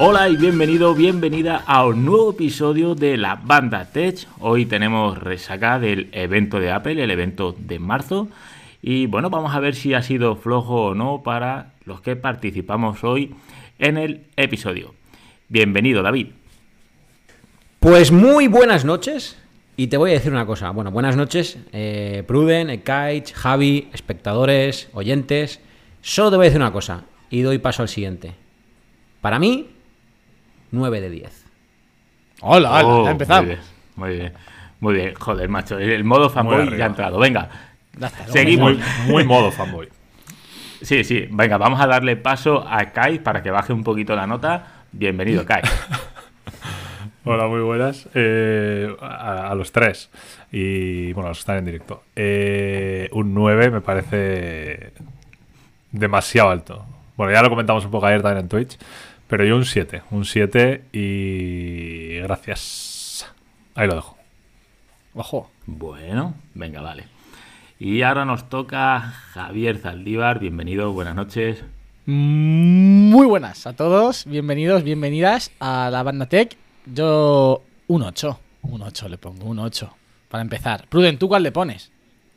Hola y bienvenida a un nuevo episodio de la Banda Tech. Hoy tenemos resaca del evento de Apple, el evento de marzo. Y bueno, vamos a ver si ha sido flojo o no para los que participamos hoy en el episodio. Bienvenido, David. Pues muy buenas noches. Y te voy a decir una cosa. Bueno, buenas noches, Pruden, Ekait, Javi, espectadores, oyentes. Solo te voy a decir una cosa y doy paso al siguiente. Para mí, 9 de 10. Hola, ya empezamos. Muy bien. Joder, macho, el modo fanboy ya ha entrado. Venga, seguimos. Muy modo fanboy. Sí, venga, vamos a darle paso a Kai para que baje un poquito la nota. Bienvenido, Kai. Hola, muy buenas. A los tres. Y bueno, a los que están en directo. Un 9 me parece demasiado alto. Bueno, ya lo comentamos un poco ayer también en Twitch. Pero yo un 7. Un 7 y gracias. Ahí lo dejo. Ojo. Bueno, venga, vale. Y ahora nos toca Javier Zaldívar. Bienvenido, buenas noches. Muy buenas a todos. Bienvenidos, bienvenidas a la Banda Tech. Yo un 8. Un 8 le pongo, un 8. Para empezar. Pruden, ¿tú cuál le pones?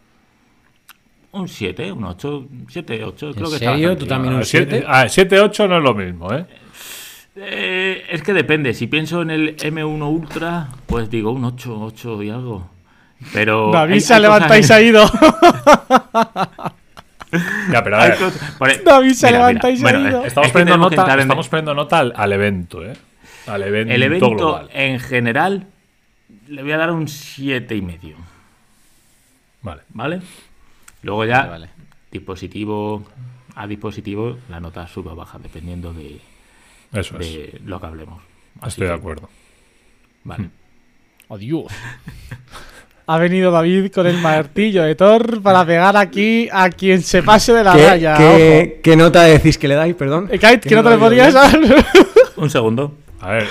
Un 7, un 8, 7, 8. Creo que ¿En serio? ¿Tú también un 7? 7, 8 no es lo mismo, ¿eh? Es que depende. Si pienso en el M1 Ultra, pues digo un 8, 8 y algo. Pero David se ha levantado y se ha ido. Ya, pero a ver. David se ha levantado y se ha ido. Estamos poniendo nota al evento, ¿eh? Al evento. El evento global. En general le voy a dar un 7,5. Vale. Luego ya, Vale. dispositivo a dispositivo, la nota sube o baja, dependiendo de lo que hablemos. Estoy de acuerdo. Vale. ¡Oh, Dios! Ha venido David con el martillo de Thor para pegar aquí a quien se pase de la raya. ¿Qué nota decís que le dais, perdón? Kate, ¿qué nota le podrías dar? Un segundo. A ver,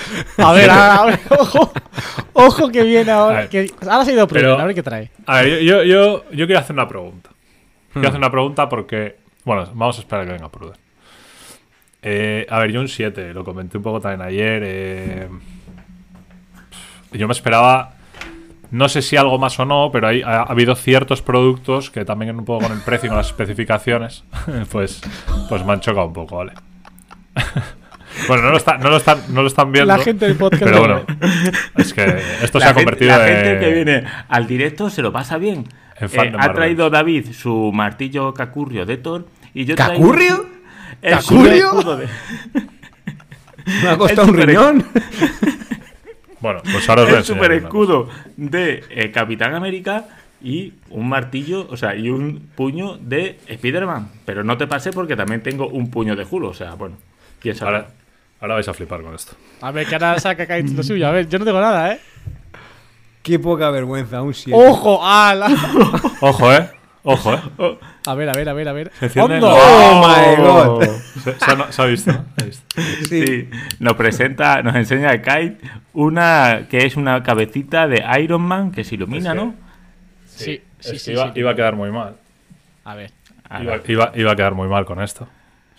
ojo que viene ahora. Ahora se ha ido Pruden, a ver qué trae. A ver, yo quiero hacer una pregunta. Quiero hacer una pregunta porque... Bueno, vamos a esperar a que venga Pruden. A ver, yo un 7, lo comenté un poco también ayer. Yo me esperaba... No sé si algo más o no, pero ha habido ciertos productos que también un poco con el precio y con las especificaciones, pues me han chocado un poco, ¿vale? Bueno, no lo están viendo. La gente del podcast. Pero bueno, es que esto se ha convertido en... La gente que viene al directo se lo pasa bien. Ha traído David su martillo Cacurrio de Thor y yo traigo... ¿Cacurrio? ¿Cacurrio? ¿Me ha costado un riñón? Bueno, pues ahora os voy a el enseñar super escudo de Capitán América y un martillo, o sea, y un puño de Spider-Man. Pero no te pase porque también tengo un puño de Hulk, o sea, bueno, quién sabe. Ahora vais a flipar con esto. A ver, que ahora saca Kate lo suyo. A ver, yo no tengo nada, ¿eh? Qué poca vergüenza, un 7. ¡Ojo! ¡Ala! Ojo, ¿eh? A ver. ¡Oh, my God! Se ha visto, ¿no? Sí. Nos enseña Kite una que es una cabecita de Iron Man que se ilumina, ¿no? Sí. Iba a quedar muy mal. A ver. Iba a quedar muy mal con esto.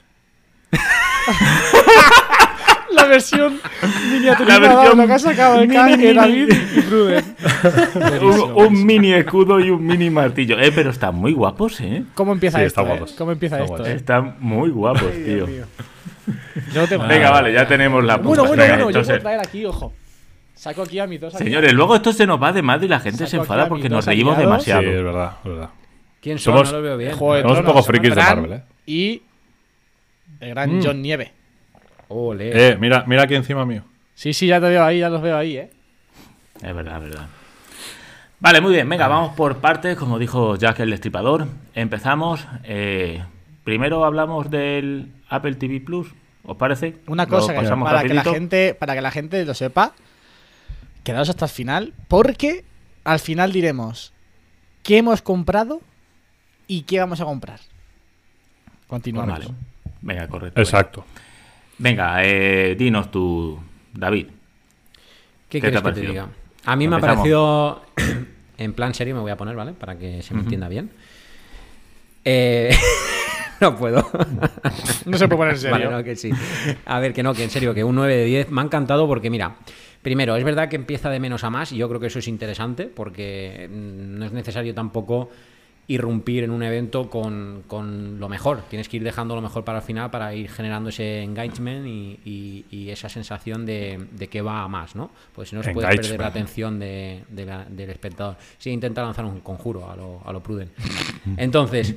La versión miniaturizada de lo que ha sacado de Kite, David y Pruden. un mini escudo y un mini martillo. Pero están muy guapos, ¿eh? ¿Cómo empieza esto? Guapos. ¿Cómo empieza esto? Están muy guapos, tío. Yo no tengo Venga, nada. vale, ya tenemos la Bueno, entonces... yo puedo traer aquí, ojo. Saco aquí a mis dos. Señores, luego esto se nos va de madre y la gente se enfada porque nos reímos demasiado. Sí, es verdad. ¿Quién son? No lo veo bien. Somos un poco frikis de Marvel, ¿eh? Y el gran John Nieve. Ole. Mira aquí encima mío. Sí, ya te veo ahí, ya los veo ahí, ¿eh? Es verdad. Vale, muy bien, venga, vamos por partes, como dijo Jack el Destripador. Empezamos. Primero hablamos del Apple TV Plus, ¿os parece? Una cosa que para que la gente lo sepa, quedaos hasta el final, porque al final diremos qué hemos comprado y qué vamos a comprar. Continuamos. Vale. Venga, correcto. Exacto. Venga, dinos tú, David. ¿Qué quieres que te diga? A mí me ha parecido... En plan serio me voy a poner, ¿vale? Para que se me entienda bien. No puedo. No se puede poner en serio. Vale, no, que sí. A ver, que no, que en serio, que un 9 de 10 me ha encantado porque, mira, primero, es verdad que empieza de menos a más y yo creo que eso es interesante porque no es necesario tampoco irrumpir en un evento con lo mejor. Tienes que ir dejando lo mejor para el final para ir generando ese engagement y esa sensación de que va a más, ¿no? Pues si no, se puede perder la atención del espectador. Sí, intenta lanzar un conjuro a lo Pruden. Entonces,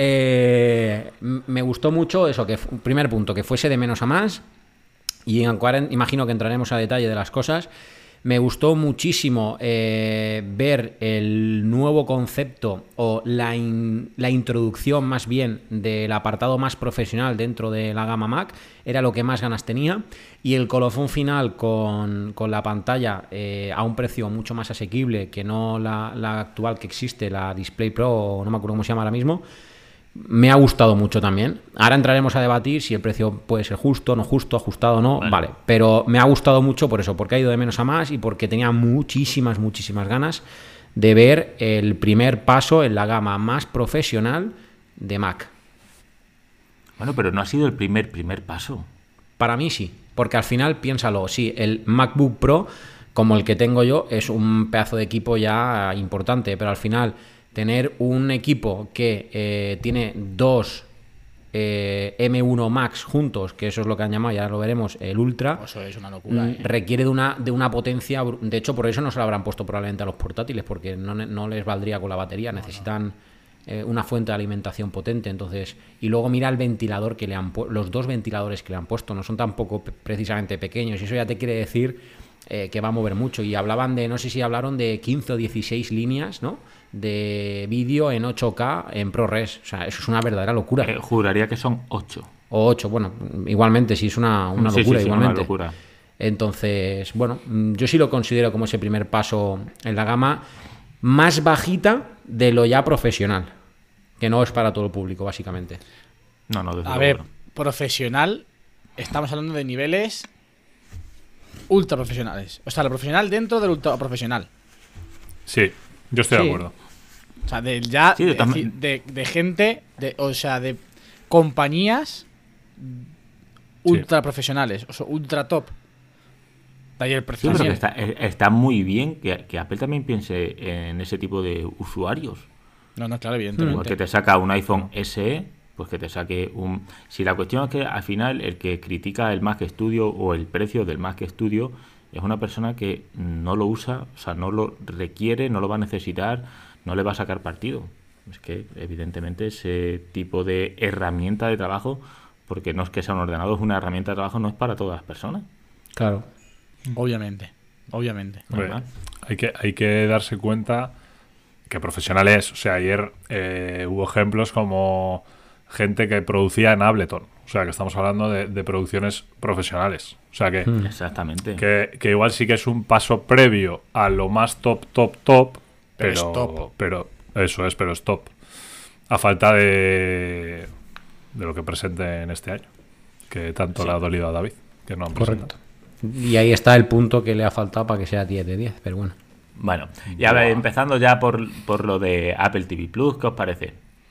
me gustó mucho eso, que primer punto, que fuese de menos a más. Y imagino que entraremos a detalle de las cosas. Me gustó muchísimo ver el nuevo concepto o la introducción más bien del apartado más profesional dentro de la gama Mac. Era lo que más ganas tenía. Y el colofón final con la pantalla a un precio mucho más asequible que no la actual que existe, la Display Pro, no me acuerdo cómo se llama ahora mismo. Me ha gustado mucho también. Ahora entraremos a debatir si el precio puede ser justo, no justo, ajustado o no. Vale. Pero me ha gustado mucho por eso, porque ha ido de menos a más y porque tenía muchísimas ganas de ver el primer paso en la gama más profesional de Mac. Bueno, pero no ha sido el primer paso. Para mí sí, porque al final, piénsalo, sí, el MacBook Pro, como el que tengo yo, es un pedazo de equipo ya importante, pero al final tener un equipo que tiene dos M1 Max juntos, que eso es lo que han llamado, ya lo veremos, el Ultra, eso es una locura, requiere de una potencia. De hecho, por eso no se lo habrán puesto probablemente a los portátiles, porque no les valdría con la batería, necesitan una fuente de alimentación potente. Entonces, y luego mira el ventilador que le han los dos ventiladores que le han puesto, no son tampoco precisamente pequeños, y eso ya te quiere decir que va a mover mucho. Y hablaban no sé si hablaron de 15 o 16 líneas, ¿no?, de vídeo en 8K en ProRes. O sea, eso es una verdadera locura. Juraría que son 8. O 8, bueno, igualmente, sí, es una locura, sí, igualmente. Una locura. Entonces, bueno, yo sí lo considero como ese primer paso en la gama más bajita de lo ya profesional, que no es para todo el público, básicamente. No, desde luego. A ver, profesional, estamos hablando de niveles ultra profesionales. O sea, lo profesional dentro del ultra profesional. Sí, yo estoy de acuerdo. O sea, de gente, o sea, de compañías ultra profesionales, o sea, ultra top. De ahí el precio. Sí, pero que está muy bien que Apple también piense en ese tipo de usuarios. No, claro, evidentemente. Igual que te saca un iPhone SE, pues que te saque un... Si la cuestión es que al final el que critica el Mac Studio o el precio del Mac Studio es una persona que no lo usa, o sea, no lo requiere, no lo va a necesitar, no le va a sacar partido. Es que evidentemente ese tipo de herramienta de trabajo, porque no es que sea un ordenador, es una herramienta de trabajo, no es para todas las personas. Claro. Obviamente. Hombre, hay que darse cuenta que profesional es. O sea, ayer hubo ejemplos como gente que producía en Ableton. O sea, que estamos hablando de producciones profesionales. O sea, que exactamente. Que igual sí que es un paso previo a lo más top, pero es top. Pero eso es, pero es top. A falta de lo que presenten este año. Que tanto le ha dolido a David, que no han presentado. Y ahí está el punto que le ha faltado para que sea 10 de 10, pero bueno. Bueno, y a ver, empezando ya por lo de Apple TV Plus, ¿qué os parece?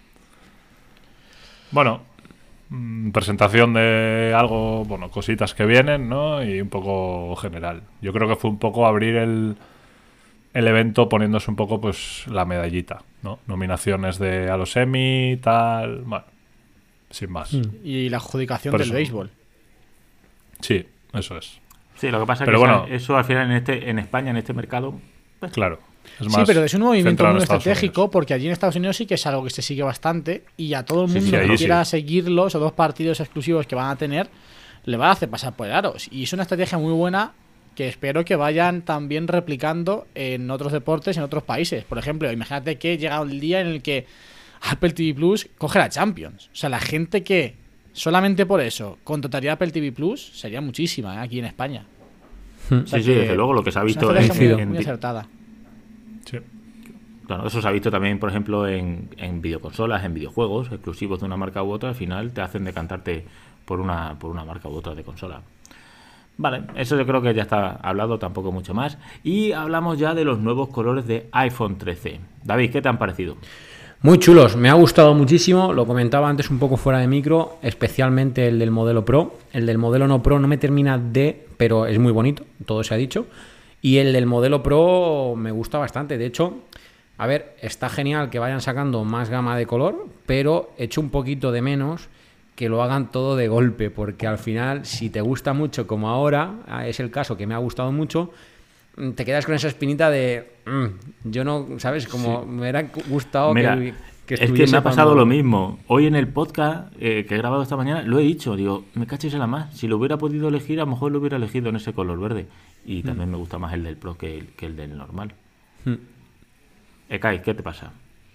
Bueno, presentación de algo, bueno, cositas que vienen, ¿no? Y un poco general. Yo creo que fue un poco abrir el evento poniéndose un poco, pues, la medallita, ¿no? Nominaciones a los Emmy, tal, bueno, sin más. Y la adjudicación del béisbol. Sí, eso es. Sí, lo que pasa es pero que bueno, eso al final en España, en este mercado... Pues, claro. Es más, sí, pero es un movimiento muy estratégico Unidos. porque allí en Estados Unidos sí que es algo que se sigue bastante y a todo el mundo que quiera seguirlos o dos partidos exclusivos que van a tener le va a hacer pasar por el aro. Y es una estrategia muy buena que espero que vayan también replicando en otros deportes, en otros países. Por ejemplo, imagínate que llega el día en el que Apple TV Plus coge la Champions. O sea, la gente que solamente por eso contrataría Apple TV Plus sería muchísima aquí en España. O sea sí, desde luego, lo que se ha visto es una estrategia muy acertada. Sí. Claro, eso se ha visto también, por ejemplo, en videoconsolas, en videojuegos exclusivos de una marca u otra. Al final te hacen decantarte por una marca u otra de consola. Vale, eso yo creo que ya está hablado, tampoco mucho más. Y hablamos ya de los nuevos colores de iPhone 13. David, ¿qué te han parecido? Muy chulos, me ha gustado muchísimo, lo comentaba antes un poco fuera de micro, especialmente el del modelo Pro. El del modelo no Pro no me termina pero es muy bonito, todo se ha dicho. Y el del modelo Pro me gusta bastante, de hecho, a ver, está genial que vayan sacando más gama de color, pero echo un poquito de menos que lo hagan todo de golpe, porque al final, si te gusta mucho como ahora, es el caso que me ha gustado mucho, te quedas con esa espinita de yo no, ¿sabes? Como me hubiera gustado. Mira, que es que me ha pasado lo mismo. Hoy en el podcast que he grabado esta mañana, lo he dicho, digo, me caches en la más. Si lo hubiera podido elegir, a lo mejor lo hubiera elegido en ese color verde. Y también me gusta más el del Pro que el del normal. Ekai, ¿qué te pasa?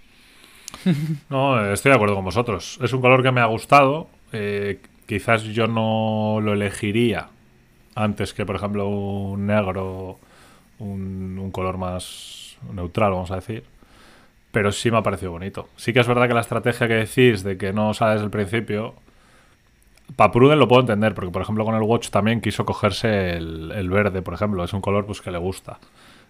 No, estoy de acuerdo con vosotros. Es un color que me ha gustado. Quizás yo no lo elegiría antes que, por ejemplo, un negro, un color más neutral, vamos a decir. Pero sí me ha parecido bonito. Sí que es verdad que la estrategia que decís de que no sale desde el principio, para Pruden lo puedo entender, porque por ejemplo con el Watch también quiso cogerse el verde, por ejemplo. Es un color pues que le gusta.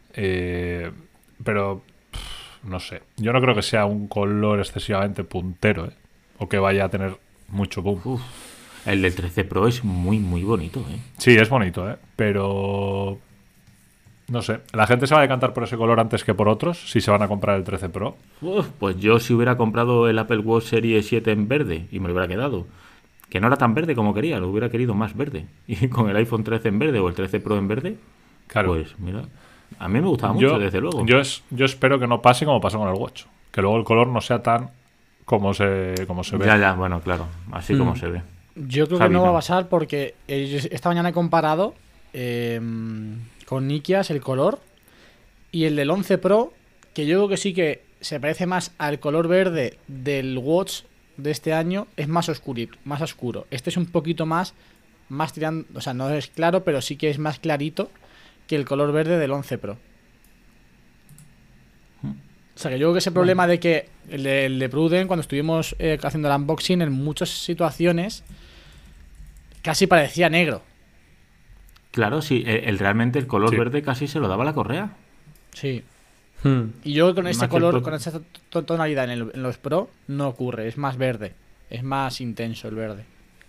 Pero no sé. Yo no creo que sea un color excesivamente puntero, o que vaya a tener mucho boom. El del 13 Pro es muy, muy bonito, ¿eh? Sí, es bonito, pero no sé. ¿La gente se va a decantar por ese color antes que por otros si se van a comprar el 13 Pro? Pues yo si hubiera comprado el Apple Watch Series 7 en verde y me lo hubiera quedado, que no era tan verde como quería, lo hubiera querido más verde, y con el iPhone 13 en verde o el 13 Pro en verde, claro. Pues mira, a mí me gustaba mucho, desde luego. Yo espero que no pase como pasó con el Watch, que luego el color no sea tan como se ve. Ya, bueno, claro, así como se ve. Yo creo que no va a pasar porque esta mañana he comparado con Nikias el color y el del 11 Pro, que yo creo que sí que se parece más al color verde del Watch de este año, es más oscuro. Este es un poquito más tirando, o sea, no es claro, pero sí que es más clarito que el color verde del 11 Pro. O sea, que yo creo que ese problema de que el de Pruden, cuando estuvimos haciendo el unboxing, en muchas situaciones casi parecía negro. Claro, sí, realmente el color verde casi se lo daba la correa. Sí. Y yo con este color, con esa tonalidad en los Pro, no ocurre, es más verde. Es más intenso el verde.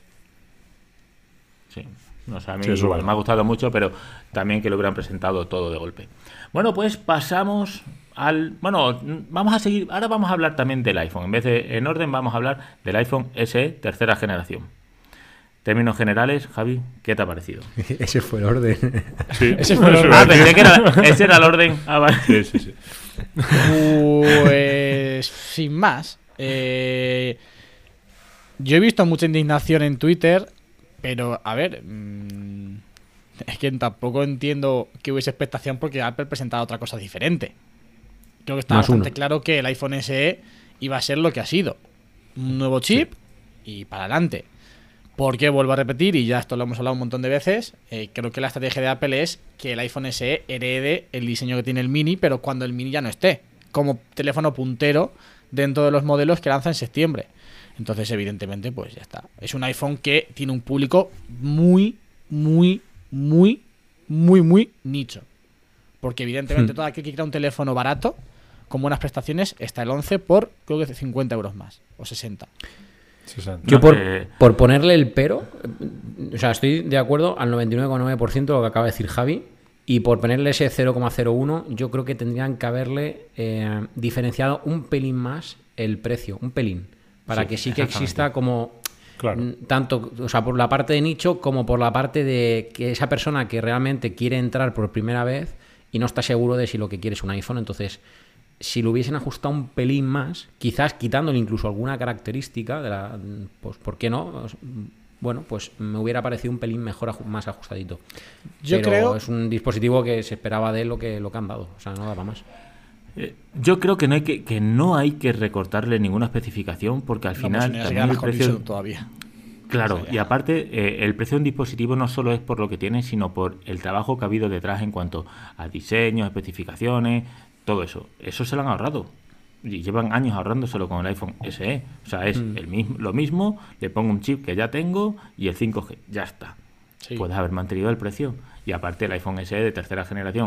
Sí. O sea, a mí igual me ha gustado mucho, pero también que lo hubieran presentado todo de golpe. Bueno, pues pasamos al... Bueno, vamos a seguir... Ahora vamos a hablar también del iPhone. En vez de en orden, vamos a hablar del iPhone SE tercera generación. Términos generales, Javi, ¿qué te ha parecido? Ese fue el orden. Sí, ese fue el orden. Pensé que ese era el orden. Vale. Sí. Pues sin más. Yo he visto mucha indignación en Twitter, pero a ver, es que tampoco entiendo que hubiese expectación porque Apple presentaba otra cosa diferente. Creo que está bastante claro que el iPhone SE iba a ser lo que ha sido. Un nuevo chip y para adelante. Porque, vuelvo a repetir, y ya esto lo hemos hablado un montón de veces, creo que la estrategia de Apple es que el iPhone SE herede el diseño que tiene el Mini, pero cuando el Mini ya no esté, como teléfono puntero dentro de los modelos que lanza en septiembre. Entonces, evidentemente, pues ya está. Es un iPhone que tiene un público muy nicho. Porque, evidentemente, todo aquel que quiera un teléfono barato, con buenas prestaciones, está el 11 por, creo que 50 euros más, o 60. Yo por ponerle el pero, o sea, estoy de acuerdo al 99,9% lo que acaba de decir Javi, y por ponerle ese 0,01 yo creo que tendrían que haberle diferenciado un pelín más el precio, un pelín, para que sí que exista como tanto, o sea, por la parte de nicho como por la parte de que esa persona que realmente quiere entrar por primera vez y no está seguro de si lo que quiere es un iPhone, entonces... Si lo hubiesen ajustado un pelín más, quizás quitándole incluso alguna característica de la, pues ¿por qué no? Bueno, pues me hubiera parecido un pelín mejor, más ajustadito. Pero creo es un dispositivo que se esperaba de él lo que han dado, o sea, no daba más. Yo creo que no hay que recortarle ninguna especificación porque al final pues también el precio todavía. Claro, y aparte el precio de un dispositivo no solo es por lo que tiene, sino por el trabajo que ha habido detrás en cuanto a diseño, especificaciones, todo eso. Eso se lo han ahorrado. Y llevan años ahorrándoselo con el iPhone SE. O sea, es lo mismo, le pongo un chip que ya tengo y el 5G. Ya está. Sí. Puedes haber mantenido el precio. Y aparte el iPhone SE de tercera generación,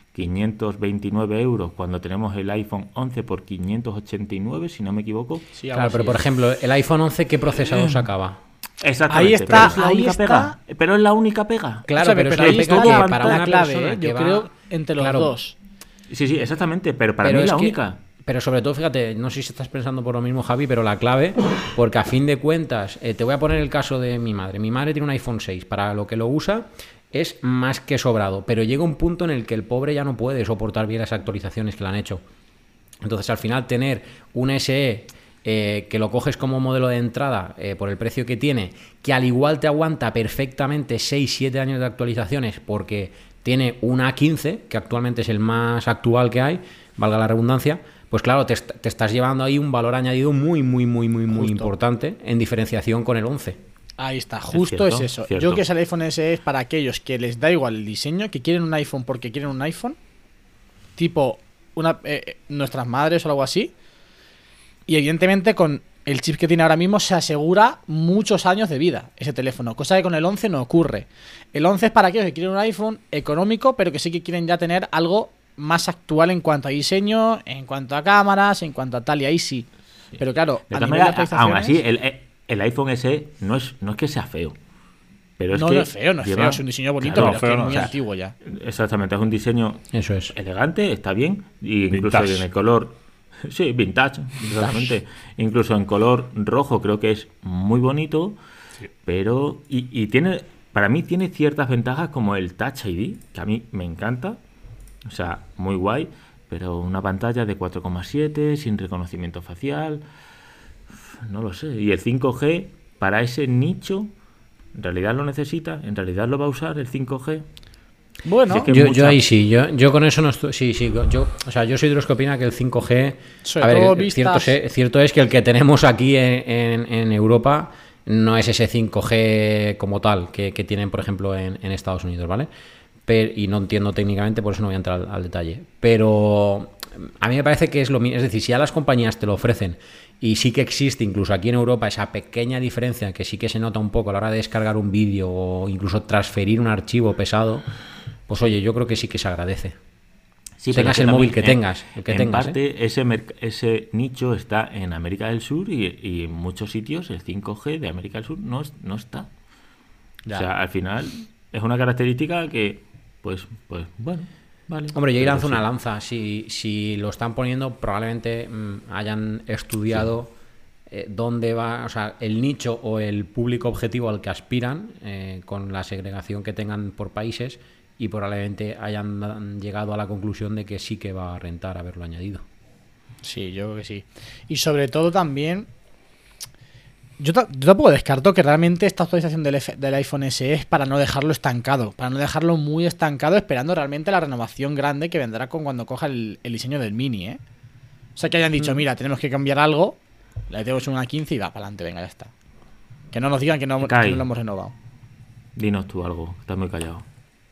529 euros cuando tenemos el iPhone 11 por 589, si no me equivoco. Sí, algo Claro, así. pero por ejemplo, el iPhone 11, ¿qué procesador sacaba? Exactamente. Ahí está, pero es la ahí única está. pega. Pero es la única pega. Claro, Escúchame, pero es ahí una está pega la- que para la una clave, persona que yo va- creo, entre los Claro. dos. Sí, sí, exactamente. Pero para Pero mí es es la que- única. Pero sobre todo, fíjate, no sé si estás pensando por lo mismo, Javi, pero la clave, porque a fin de cuentas, te voy a poner el caso de mi madre. Mi madre tiene un iPhone 6, para lo que lo usa es más que sobrado, pero llega un punto en el que el pobre ya no puede soportar bien las actualizaciones que le han hecho. Entonces, al final, tener un SE que lo coges como modelo de entrada por el precio que tiene, que al igual te aguanta perfectamente 6-7 años de actualizaciones, porque tiene una A15, que actualmente es el más actual que hay, valga la redundancia, pues claro, te estás llevando ahí un valor añadido muy Justo. importante en diferenciación con el 11. Ahí está, justo es, cierto, eso. cierto. Yo creo que el iPhone SE es para aquellos que les da igual el diseño, que quieren un iPhone porque quieren un iPhone, tipo nuestras madres o algo así. Y evidentemente con el chip que tiene ahora mismo se asegura muchos años de vida ese teléfono, cosa que con el 11 no ocurre. El 11 es para aquellos que quieren un iPhone económico, pero que sí que quieren ya tener algo más actual en cuanto a diseño, en cuanto a cámaras, en cuanto a tal, y ahí sí. Pero claro, De a todas nivel de maneras, aún así, actualizaciones, el iPhone SE no es que sea feo. Pero es no, que no es feo, no es lleva- feo, es un diseño bonito, Claro, pero es que feo es no, muy o sea, antiguo ya. Exactamente, es un diseño Eso es. elegante, está bien, y incluso Vintage. en el color, sí, vintage, exactamente, incluso en color rojo creo que es muy bonito, Sí. pero y tiene, para mí tiene ciertas ventajas como el Touch ID, que a mí me encanta, o sea, muy guay, pero una pantalla de 4,7 sin reconocimiento facial, no lo sé, y el 5G para ese nicho, ¿en realidad lo necesita? ¿En realidad lo va a usar el 5G? Bueno, Si es que Yo mucha- ahí sí, yo con eso no estoy. Sí, o sea, yo soy de los que opina que el 5G. Sobre A ver, todo vistas- cierto es que el que tenemos aquí en Europa no es ese 5G como tal que tienen, por ejemplo, en Estados Unidos, ¿vale? Y no entiendo técnicamente, por eso no voy a entrar al detalle. Pero a mí me parece que es lo mismo. Es decir, si ya las compañías te lo ofrecen y sí que existe, incluso aquí en Europa, esa pequeña diferencia que sí que se nota un poco a la hora de descargar un vídeo o incluso transferir un archivo pesado, pues oye, yo creo que sí que se agradece. Sí, tengas pero el móvil también, que tengas, el que en tengas, parte, ese nicho está en América del Sur y en muchos sitios el 5G de América del Sur no está. Ya. O sea, al final es una característica que, pues bueno, vale. Hombre, yo ahí Pero lanzo sí. una lanza. Si lo están poniendo, probablemente hayan estudiado dónde va, o sea, el nicho o el público objetivo al que aspiran, con la segregación que tengan por países, y probablemente hayan llegado a la conclusión de que sí que va a rentar haberlo añadido. Sí, yo creo que sí. Y sobre todo también, yo tampoco descarto que realmente esta actualización del iPhone SE es para no dejarlo estancado, para no dejarlo muy estancado, esperando realmente la renovación grande que vendrá con cuando coja el diseño del Mini, ¿eh? O sea, que hayan dicho, mira, tenemos que cambiar algo, le tenemos una 15 y va para adelante, venga, ya está. Que no nos digan que no Kai. lo hemos renovado. Dinos tú algo, estás muy callado.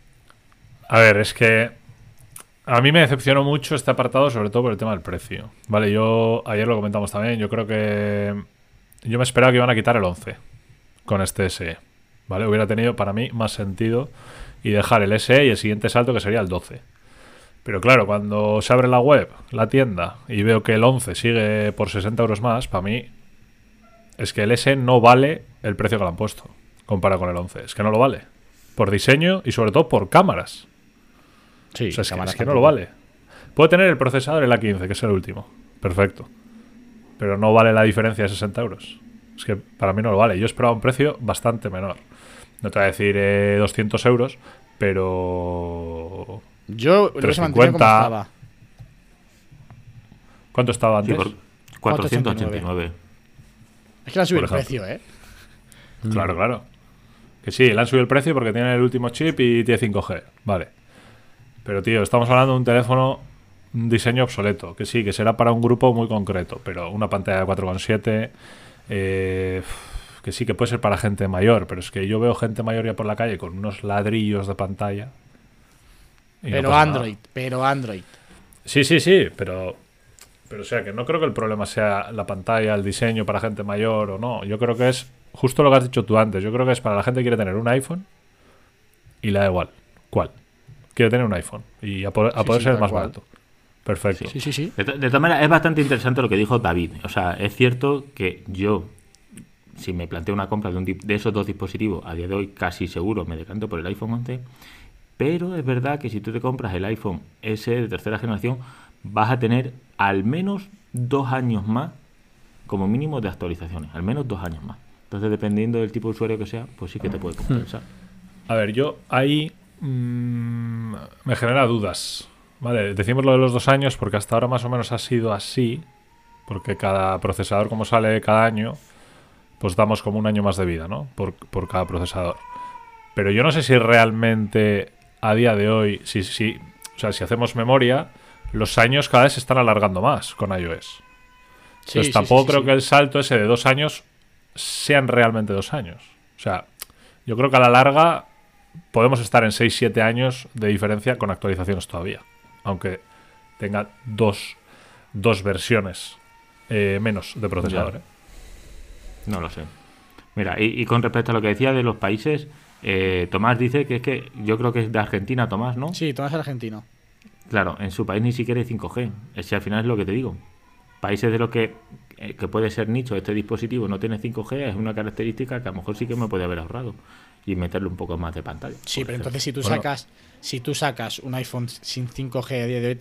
A ver, es que a mí me decepcionó mucho este apartado, sobre todo por el tema del precio. Vale, yo ayer lo comentamos también, yo creo que yo me esperaba que iban a quitar el 11 con este SE. ¿Vale? Hubiera tenido para mí más sentido y dejar el SE y el siguiente salto que sería el 12. Pero claro, cuando se abre la web, la tienda, y veo que el 11 sigue por 60 euros más, para mí es que el SE no vale el precio que le han puesto comparado con el 11. Es que no lo vale. Por diseño y sobre todo por cámaras. Sí, O sea, es que no lo vale. Puede tener el procesador el A15, que es el último. Perfecto. Pero no vale la diferencia de 60 euros. Es que para mí no lo vale. Yo esperaba un precio bastante menor. No te voy a decir 200 euros, pero... Yo lo hubiese mantenido como 350. estaba. ¿Cuánto estaba Sí, antes? por 489. Es que le han subido el Por ejemplo. precio, ¿eh? Claro, claro. Que sí, le han subido el precio porque tiene el último chip y tiene 5G. Vale. Pero, tío, estamos hablando de un teléfono, un diseño obsoleto. Que sí, que será para un grupo muy concreto. Pero una pantalla de 4,7... que sí, que puede ser para gente mayor. Pero es que yo veo gente mayor ya por la calle con unos ladrillos de pantalla. y no Pero pasa Android, nada. pero Android. Sí, pero o sea, que no creo que el problema sea la pantalla, el diseño para gente mayor o no. Yo creo que es justo lo que has dicho tú antes. Yo creo que es para la gente que quiere tener un iPhone y le da igual cuál. quiere tener un iPhone y a poder Sí, ser el tal más cual. barato. Perfecto. Sí. De todas maneras, es bastante interesante lo que dijo David. O sea, es cierto que yo, si me planteo una compra de esos dos dispositivos, a día de hoy casi seguro me decanto por el iPhone 11. Pero es verdad que si tú te compras el iPhone S de tercera generación, vas a tener al menos 2 años más, como mínimo, de actualizaciones. Al menos 2 años más. Entonces, dependiendo del tipo de usuario que sea, pues sí que te puede compensar. A ver, yo ahí me genera dudas. Vale, decimos lo de los 2 años porque hasta ahora más o menos ha sido así, porque cada procesador, como sale cada año, pues damos como un año más de vida, ¿no? Por cada procesador. Pero yo no sé si realmente a día de hoy, o sea, si hacemos memoria, los años cada vez se están alargando más con iOS. Entonces tampoco creo que el salto ese de 2 años sean realmente 2 años. O sea, yo creo que a la larga podemos estar en 6-7 años de diferencia con actualizaciones todavía. Aunque tenga dos versiones menos de procesador. Ya. No lo sé. Mira, y con respecto a lo que decía de los países, Tomás dice que es que yo creo que es de Argentina, Tomás, ¿no? Sí, Tomás es argentino. Claro, en su país ni siquiera hay 5G. Si al final es lo que te digo. Países de los que puede ser nicho este dispositivo no tiene 5G, es una característica que a lo mejor sí que me puede haber ahorrado y meterle un poco más de pantalla. Sí, pero entonces Bueno. si tú sacas un iPhone sin 5G a día de hoy,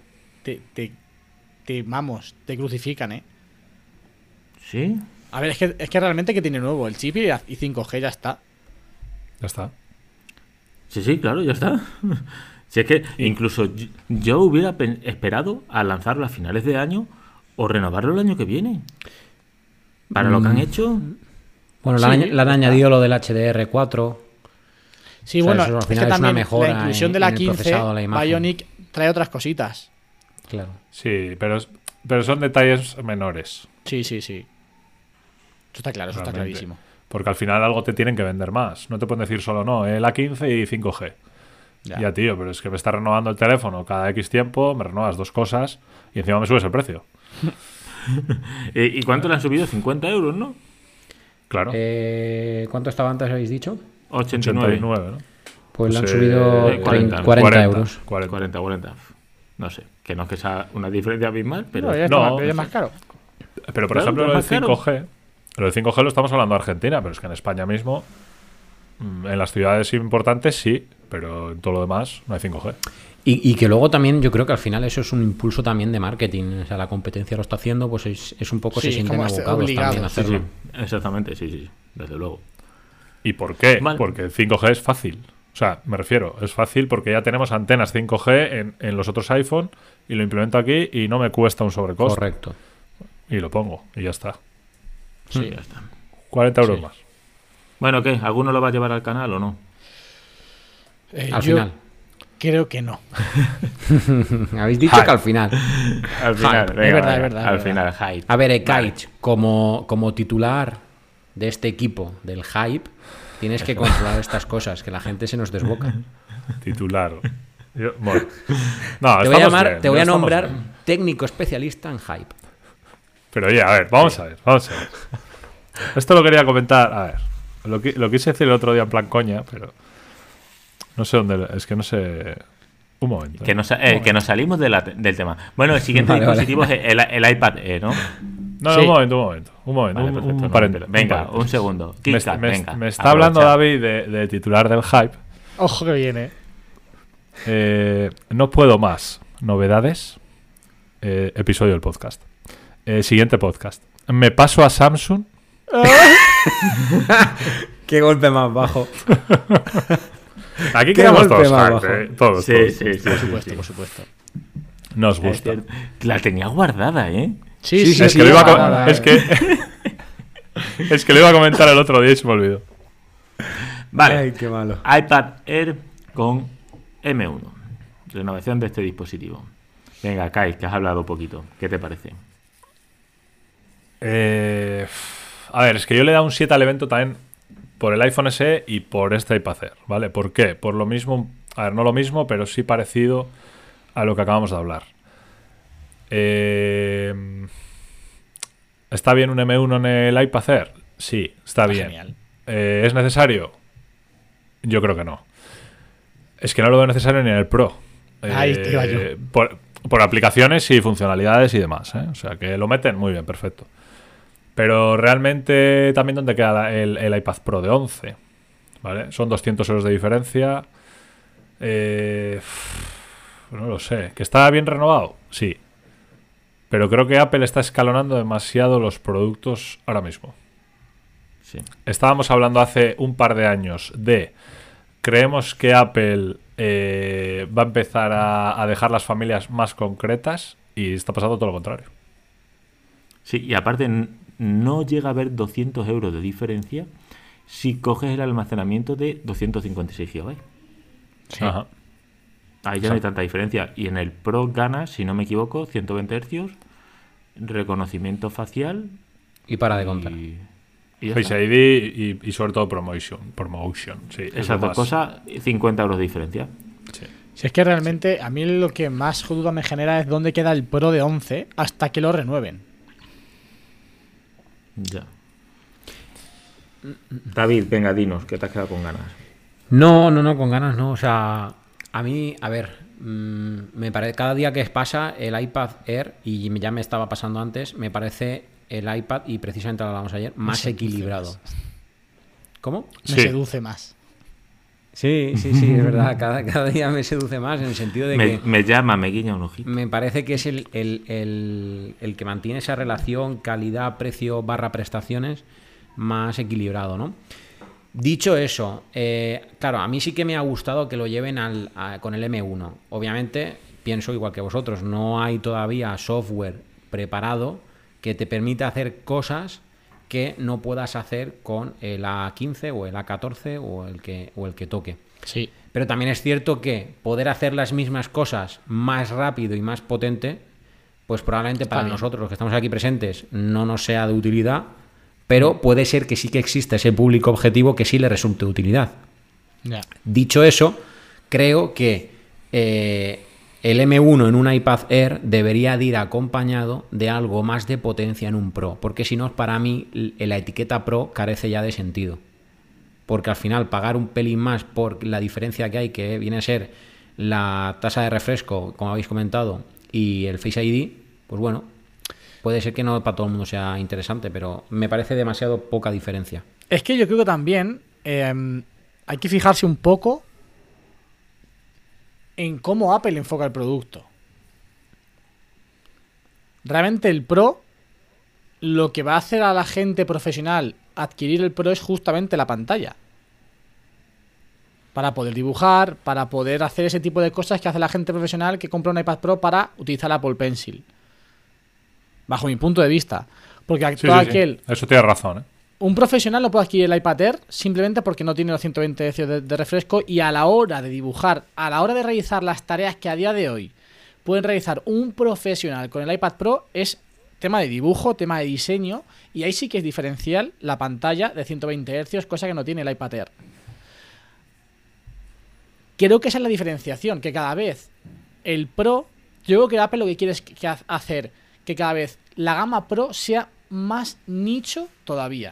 te crucifican, ¿eh? ¿Sí? A ver, es que realmente que tiene nuevo el chip y 5G ya está. Ya está. Sí, claro, ya está. Si es que incluso yo hubiera esperado a lanzarlo a finales de año o renovarlo el año que viene. Para lo que han hecho. Bueno, Sí, le han añadido lo del HDR4. Sí, O sea, bueno, eso al es que final es una también mejora la inclusión de en la el 15, procesado de la imagen. Bionic trae otras cositas. Claro. Sí, pero son detalles menores. Sí. Eso está claro, eso está Realmente. clarísimo. Porque al final algo te tienen que vender más. No te pueden decir solo no, la 15 y 5G. Ya, tío, pero es que me está renovando el teléfono cada X tiempo, me renovas 2 cosas y encima me subes el precio. ¿Y cuánto le han subido? 50 euros, ¿no? Claro. ¿Cuánto estaba antes, habéis dicho? 89. ¿no? Pues le han Pues, subido 40, 40 euros. 40. No sé, que no es que sea una diferencia abismal, pero... No, ya No, es más caro. Pero por Claro, ejemplo, pero lo es del más caro. 5G. Lo del 5G lo estamos hablando de Argentina, pero es que en España mismo, en las ciudades importantes sí, pero en todo lo demás no hay 5G. Y que luego también yo creo que al final eso es un impulso también de marketing. O sea, la competencia lo está haciendo, pues es un poco Sí, se sienten como abocados obligado. también a Sí, hacerlo. sí, exactamente, sí, desde luego. ¿Y por qué? Vale. Porque el 5G es fácil. O sea, me refiero, es fácil porque ya tenemos antenas 5G en los otros iPhone y lo implemento aquí y no me cuesta un sobrecosto. Correcto. Y lo pongo y ya está. Sí, ya está. 40 euros Sí. más. Bueno, ¿qué? ¿Alguno lo va a llevar al canal o no? Al Yo final. creo que no. Habéis dicho que al final. Al final, Hype. Es verdad. Al final, hype. A ver, Kaich, como titular de este equipo del hype, tienes que controlar estas cosas, que la gente se nos desboca. Titular. Bueno. No, Te voy a estamos llamar, bien, te voy a estamos nombrar bien. técnico especialista en hype. Pero oye, a ver, vamos a ver. Esto lo quería comentar. A ver, lo quise decir el otro día en plan coña, pero no sé dónde. Es que no sé. Un momento. Que nos salimos del tema. Bueno, el siguiente Vale, dispositivo es el iPad, ¿no? No, Sí. un momento. Vale, un perfecto, no, paréntesis. venga, un segundo. Me KitKat, venga, me está hablando aprovecha. David de titular del hype. Ojo que viene. No puedo más. Novedades. Episodio del podcast. Siguiente podcast. Me paso a Samsung. Qué golpe más bajo. Aquí Qué quedamos golpe todos más hype, bajo. todos. Sí. Por supuesto. Nos Es gusta. que la tenía guardada, ¿eh? Sí. Es que lo iba a nada, es que es que lo iba a comentar el otro día y se me olvidó. Vale. Ay, qué malo. iPad Air con M1. Renovación de este dispositivo. Venga, Kai, que has hablado poquito. ¿Qué te parece? A ver, es que yo le he dado un 7 al evento también por el iPhone SE y por este iPad Air, ¿vale? ¿Por qué? Por lo mismo, a ver, no lo mismo, pero sí parecido a lo que acabamos de hablar. ¿Está bien un M1 en el iPad Air? Sí, está bien. Genial. ¿Es necesario? Yo creo que no. Es que no lo veo necesario ni en el Pro. Ahí te iba yo. Por aplicaciones y funcionalidades y demás, ¿eh? O sea, que lo meten muy bien, perfecto. Pero realmente también dónde queda el iPad Pro de 11, ¿vale? Son 200 euros de diferencia. No lo sé. ¿Que está bien renovado? Sí. Pero creo que Apple está escalonando demasiado los productos ahora mismo. Sí. Estábamos hablando hace un par de años de... Creemos que Apple va a empezar a dejar las familias más concretas y está pasando todo lo contrario. Sí, y aparte no llega a haber 200 euros de diferencia si coges el almacenamiento de 256 GB. Sí. Ajá. Ahí ya no hay tanta diferencia. Y en el Pro ganas, si no me equivoco, 120 Hz, reconocimiento facial y para de contar. Y Face ID y sobre todo Promotion. Sí, esas dos cosas, 50 euros de diferencia. Sí. Si es que realmente a mí lo que más duda me genera es dónde queda el Pro de 11 hasta que lo renueven. Ya. David, venga, dinos, ¿qué te has quedado con ganas? No, con ganas no. O sea, a mí, a ver, me parece cada día que pasa el iPad Air, y ya me estaba pasando antes, me parece el iPad, y precisamente lo hablamos ayer, más equilibrado. Más. ¿Cómo? Me seduce más. Sí, es verdad. Cada día me seduce más en el sentido de que... Me llama, me guiña un ojito. Me parece que es el que mantiene esa relación calidad-precio / prestaciones más equilibrado, ¿no? Dicho eso, claro, a mí sí que me ha gustado que lo lleven con el M1. Obviamente, pienso igual que vosotros, no hay todavía software preparado que te permita hacer cosas que no puedas hacer con el A15 o el A14 o el que toque. Sí. Pero también es cierto que poder hacer las mismas cosas más rápido y más potente, pues probablemente para nosotros, los que estamos aquí presentes, no nos sea de utilidad, pero puede ser que sí que exista ese público objetivo que sí le resulte de utilidad. Ya. Dicho eso, creo que el M1 en un iPad Air debería de ir acompañado de algo más de potencia en un Pro, porque si no, para mí la etiqueta Pro carece ya de sentido. Porque al final pagar un pelín más por la diferencia que hay, que viene a ser la tasa de refresco, como habéis comentado, y el Face ID, pues bueno, puede ser que no para todo el mundo sea interesante, pero me parece demasiado poca diferencia. Es que yo creo que también hay que fijarse un poco en cómo Apple enfoca el producto. Realmente el Pro, lo que va a hacer a la gente profesional adquirir el Pro es justamente la pantalla. Para poder dibujar, para poder hacer ese tipo de cosas que hace la gente profesional que compra un iPad Pro para utilizar Apple Pencil. Bajo mi punto de vista. Porque sí. Eso tienes razón, ¿eh? Un profesional no puede adquirir el iPad Air simplemente porque no tiene los 120 Hz de refresco, y a la hora de dibujar, a la hora de realizar las tareas que a día de hoy pueden realizar un profesional con el iPad Pro, es tema de dibujo, tema de diseño, y ahí sí que es diferencial la pantalla de 120 Hz, cosa que no tiene el iPad Air. Creo que esa es la diferenciación, que cada vez el Pro, yo creo que Apple lo que quiere es hacer que cada vez la gama Pro sea más nicho todavía.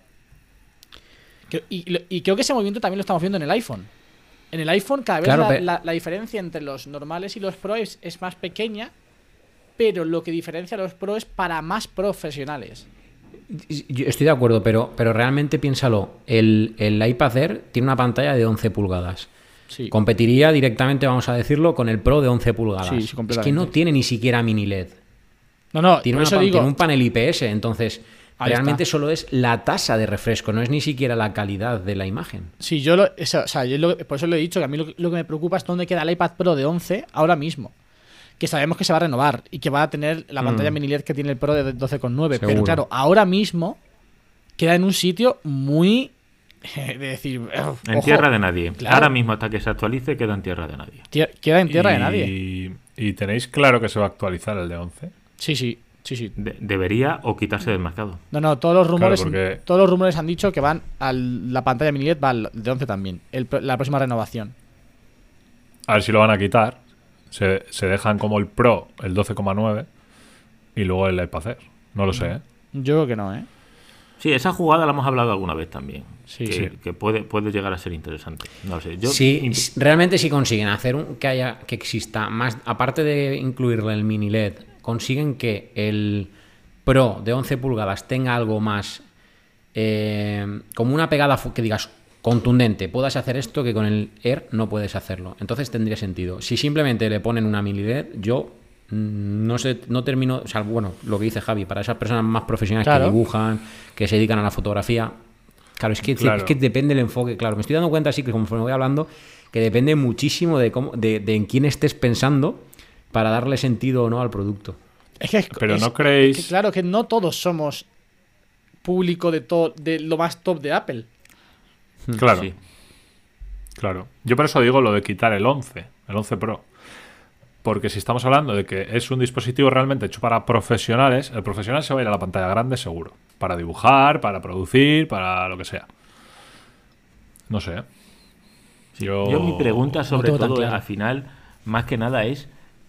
Y creo que ese movimiento también lo estamos viendo en el iPhone. En el iPhone cada vez la diferencia entre los normales y los Pro es más pequeña, pero lo que diferencia a los Pro es para más profesionales. Yo estoy de acuerdo, pero realmente piénsalo. El iPad Air tiene una pantalla de 11 pulgadas. Sí. Competiría directamente, vamos a decirlo, con el Pro de 11 pulgadas. Sí, es que no tiene ni siquiera mini LED. No, tiene un panel IPS, entonces ahí realmente está. Solo es la tasa de refresco, no es ni siquiera la calidad de la imagen. Sí, por eso lo he dicho, que a mí lo que me preocupa es dónde queda el iPad Pro de 11 ahora mismo. Que sabemos que se va a renovar y que va a tener la pantalla mini LED que tiene el Pro de 12,9. Pero claro, ahora mismo queda en un sitio muy... de decir... en tierra de nadie. Claro. Ahora mismo, hasta que se actualice, queda en tierra de nadie. Queda en tierra de nadie. ¿Y tenéis claro que se va a actualizar el de 11? Sí. Debería o quitarse del mercado. No, todos los rumores porque... todos los rumores han dicho que van a la pantalla mini LED, va al de 11 también, la próxima renovación. A ver si lo van a quitar. Se dejan como el Pro, el 12,9, y luego el iPad Air. No lo sé, ¿eh? Yo creo que no, ¿eh? Sí, esa jugada la hemos hablado alguna vez también. Sí, que puede llegar a ser interesante. No sé. Sí, realmente si consiguen hacer que exista más, aparte de incluirle el mini LED, consiguen que el Pro de 11 pulgadas tenga algo más, como una pegada que digas contundente, puedas hacer esto que con el Air no puedes hacerlo. Entonces tendría sentido. Si simplemente le ponen una mini LED, yo no sé, no termino, o sea, bueno, lo que dice Javi, para esas personas más profesionales que dibujan, que se dedican a la fotografía, claro, es que depende del enfoque, claro, me estoy dando cuenta así que conforme voy hablando, que depende muchísimo de en quién estés pensando para darle sentido o no al producto. Pero no creéis... Es que, claro, que no todos somos público de lo más top de Apple. Claro. Sí. Claro. Yo por eso digo lo de quitar el 11 Pro. Porque si estamos hablando de que es un dispositivo realmente hecho para profesionales, el profesional se va a ir a la pantalla grande seguro. Para dibujar, para producir, para lo que sea. No sé. Sí. Yo mi pregunta sobre todo claro. al final, más que nada es,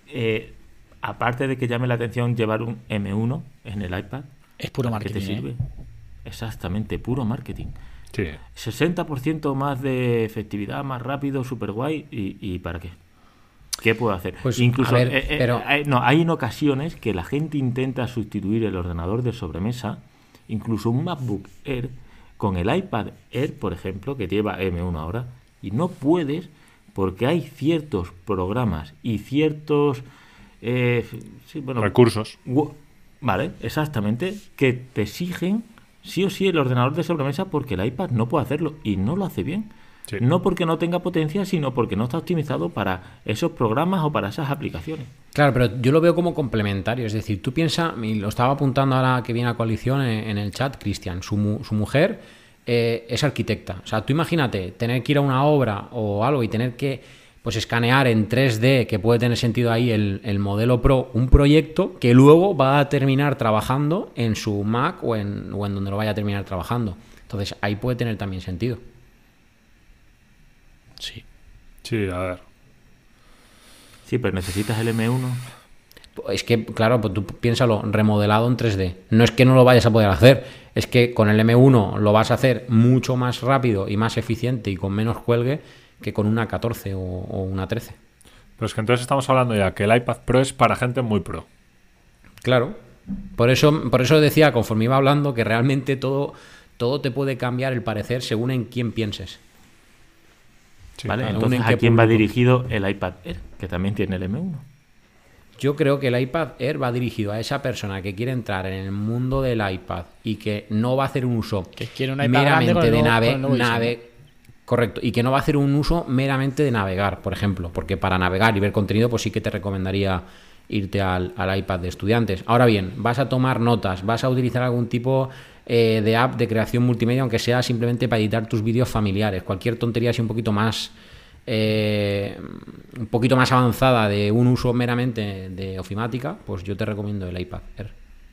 aparte de que llame la atención llevar un M1 en el iPad, es puro ¿para qué marketing. te sirve? Exactamente, puro marketing. Sí. 60% más de efectividad, más rápido, súper guay. ¿Y para qué? ¿Qué puedo hacer? Pues, incluso a ver, pero... hay en ocasiones que la gente intenta sustituir el ordenador de sobremesa, incluso un MacBook Air, con el iPad Air, por ejemplo, que lleva M1 ahora, y no puedes porque hay ciertos programas y ciertos recursos. Vale, exactamente, que te exigen sí o sí el ordenador de sobremesa porque el iPad no puede hacerlo y no lo hace bien. Sí. No porque no tenga potencia, sino porque no está optimizado para esos programas o para esas aplicaciones. Claro, pero yo lo veo como complementario. Es decir, tú piensas, y lo estaba apuntando ahora que viene a coalición en el chat, Cristian, su mujer es arquitecta. O sea, tú imagínate tener que ir a una obra o algo y tener que pues escanear en 3D, que puede tener sentido ahí el modelo Pro, un proyecto que luego va a terminar trabajando en su Mac o en donde lo vaya a terminar trabajando. Entonces, ahí puede tener también sentido. Sí. Sí, a ver. Sí, pero necesitas el M1. Es que, claro, pues tú piénsalo, remodelado en 3D. No es que no lo vayas a poder hacer, es que con el M1 lo vas a hacer mucho más rápido y más eficiente y con menos cuelgue que con una 14 o una 13. Pero es que entonces estamos hablando ya que el iPad Pro es para gente muy pro. Claro. Por eso decía, conforme iba hablando, que realmente todo te puede cambiar el parecer según en quién pienses. Sí, ¿Vale? claro. Entonces, ¿a quién va dirigido el iPad Air? Que también tiene el M1. Yo creo que el iPad Air va dirigido a esa persona que quiere entrar en el mundo del iPad y que no va a hacer un uso Que quiere un iPad grande con meramente el nuevo diseño. Correcto, y que no va a hacer un uso meramente de navegar, por ejemplo, porque para navegar y ver contenido, pues sí que te recomendaría irte al iPad de estudiantes. Ahora bien, vas a tomar notas, vas a utilizar algún tipo de app de creación multimedia, aunque sea simplemente para editar tus vídeos familiares, cualquier tontería así un poquito más avanzada de un uso meramente de ofimática, pues yo te recomiendo el iPad Air.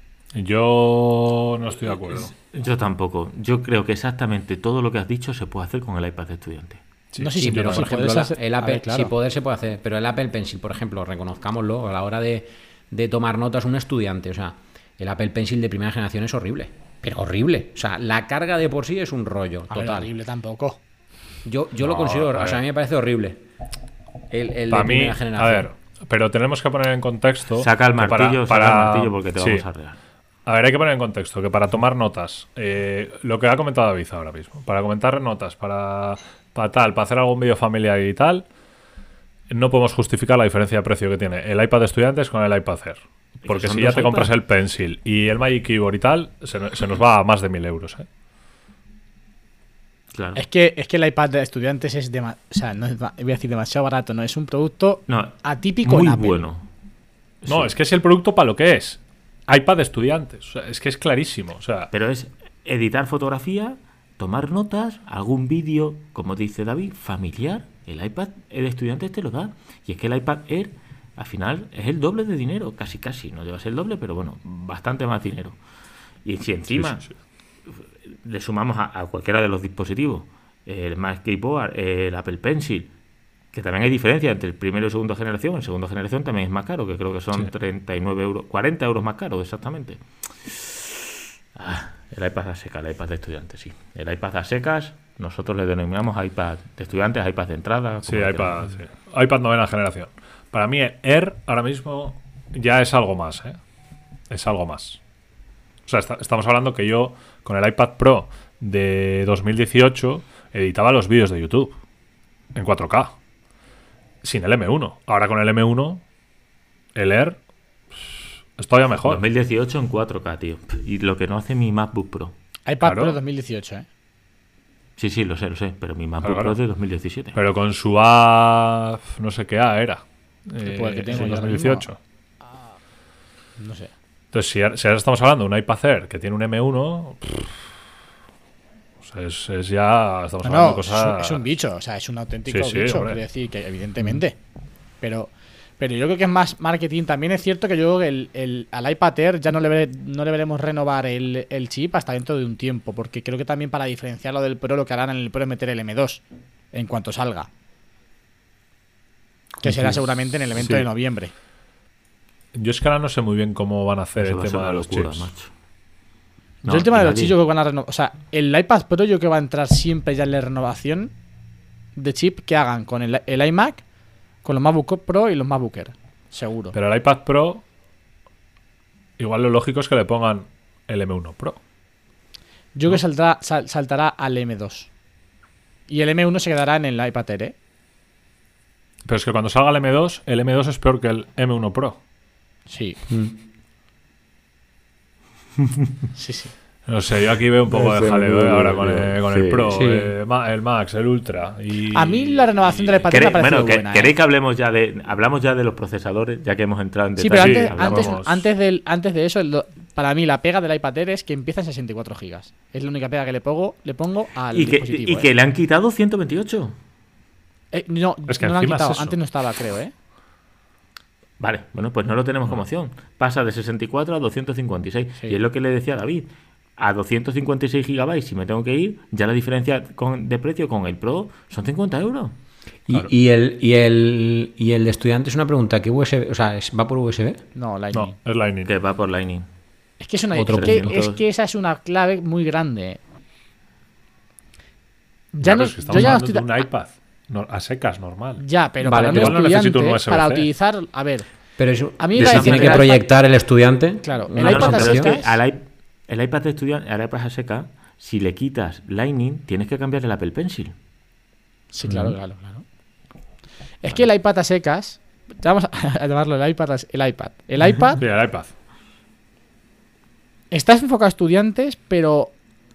Yo no estoy de acuerdo. Yo tampoco. Yo creo que exactamente todo lo que has dicho se puede hacer con el iPad de estudiante. No sé Sí, si pero por ejemplo, el Apple, claro. si poder se puede hacer, pero el Apple Pencil, por ejemplo, reconozcámoslo, a la hora de tomar notas un estudiante, o sea, el Apple Pencil de primera generación es horrible, pero horrible. O sea, la carga de por sí es un rollo, A ver, total. horrible tampoco. Yo No, lo considero, a o sea, a mí me parece horrible. El de Para mí, primera generación. a ver, pero tenemos que poner en contexto. Saca el que martillo, saca el martillo porque te vamos a regar. A ver, hay que poner en contexto que para tomar notas, lo que ha comentado David ahora mismo, para comentar notas, para hacer algún vídeo familiar y tal, no podemos justificar la diferencia de precio que tiene el iPad de estudiantes con el iPad Air. Porque si ya te compras el Pencil y el Magic Keyboard y tal, se nos va a más de 1.000 euros. Claro. Es que el iPad de estudiantes es o sea, no es, voy a decir demasiado barato, no es un producto atípico muy en Apple. bueno. No, Sí. es que es el producto para lo que es. iPad de estudiantes. O sea, es que es clarísimo. O sea, Pero es editar fotografía, tomar notas, algún vídeo, como dice David, familiar. El iPad de estudiantes te lo da. Y es que el iPad Air, al final, es el doble de dinero. Casi. No llevas el doble, pero bueno, bastante más dinero. Y si encima sí. le sumamos a cualquiera de los dispositivos, el Magic Keyboard, el Apple Pencil, que también hay diferencia entre el primero y segunda generación. El segunda generación también es más caro, que creo que son 39 euros, 40 euros más caro, exactamente. El iPad a secas, el iPad de estudiantes, sí. El iPad a secas, nosotros le denominamos iPad de estudiantes, iPad de entrada. Sí, iPad, sí. iPad novena generación. Para mí, Air ahora mismo ya es algo más, ¿eh? Es algo más. O sea, estamos hablando que yo, con el iPad Pro de 2018, editaba los vídeos de YouTube en 4K. Sin el M1. Ahora con el M1, el Air es todavía mejor. 2018 en 4K, tío. Y lo que no hace mi MacBook Pro. iPad Claro. Pro 2018, ¿eh? Sí, lo sé. Pero mi MacBook Claro. Pro es de 2017. Pero con su A... no sé qué A era. Pues que tengo en yo ahora 2018. No sé. Entonces, si ahora estamos hablando de un iPad Air que tiene un M1, o sea, es ya... Estamos hablando de No, cosas... es un bicho, o sea, es un auténtico Sí, sí, bicho, hombre. quiero decir, que evidentemente. Pero yo creo que es más marketing. También es cierto que yo creo que al iPad Air ya no le veremos renovar el chip hasta dentro de un tiempo, porque creo que también para diferenciarlo del Pro lo que harán en el Pro es meter el M2 en cuanto salga. Que será seguramente en el evento Sí. de noviembre. Yo es que ahora no sé muy bien cómo van a hacer Eso el va a ser tema una de los locura, chips. macho. Yo el tema de los nadie- chips yo creo que van a renovar. O sea, el iPad Pro yo creo que va a entrar siempre ya en la renovación de chip que hagan con el iMac, con los MacBook Pro y los MacBook Air. Seguro. Pero el iPad Pro, igual lo lógico es que le pongan el M1 Pro. Yo creo que saltará al M2. Y el M1 se quedará en el iPad Air, ¿eh? Pero es que cuando salga el M2 es peor que el M1 Pro. Sí. Sí. No sé, yo aquí veo un poco de jaleo ahora con el Sí, Pro, sí. el Max, el Ultra. Y, A mí la renovación del iPad Air me ha parecido buena, ¿eh? ¿Queréis que hablamos ya de los procesadores, ya que hemos entrado en Sí, detalle? pero Sí, Hablamos- antes de eso, para mí la pega del iPad Air es que empieza en 64 GB. Es la única pega que le pongo al y dispositivo. que le han quitado 128. No, Es que no lo han encima es quitado. eso. Antes no estaba, creo, ¿eh? Vale, bueno, pues no lo tenemos como opción. Pasa de 64 a 256. Sí. Y es lo que le decía a David. A 256 gigabytes, si me tengo que ir, ya la diferencia de precio con el Pro son 50 euros. Claro. Y el de estudiante es una pregunta, ¿qué USB? O sea, ¿va por USB? No, Lightning. No, es Lightning. Que va por Lightning. Es que Otro es punto. que esa es una clave muy grande. Ya Ya es que estamos yo ya no hablando estoy de un iPad a secas normal. Ya, pero Vale, para un pero igual no necesito un estudiante, USB-C. para utilizar, a ver, Pero eso, A mí me eso parece tiene que que el iPad- proyectar el estudiante. Claro, el una iPad No, pero es presentación. que el iPad de estudiante, al iPad a seca, si le quitas Lightning, tienes que cambiar el Apple Pencil. sí, claro. Es que el iPad a secas, vamos a llamarlo el iPad. El iPad Sí, el iPad. está enfocado a estudiantes, pero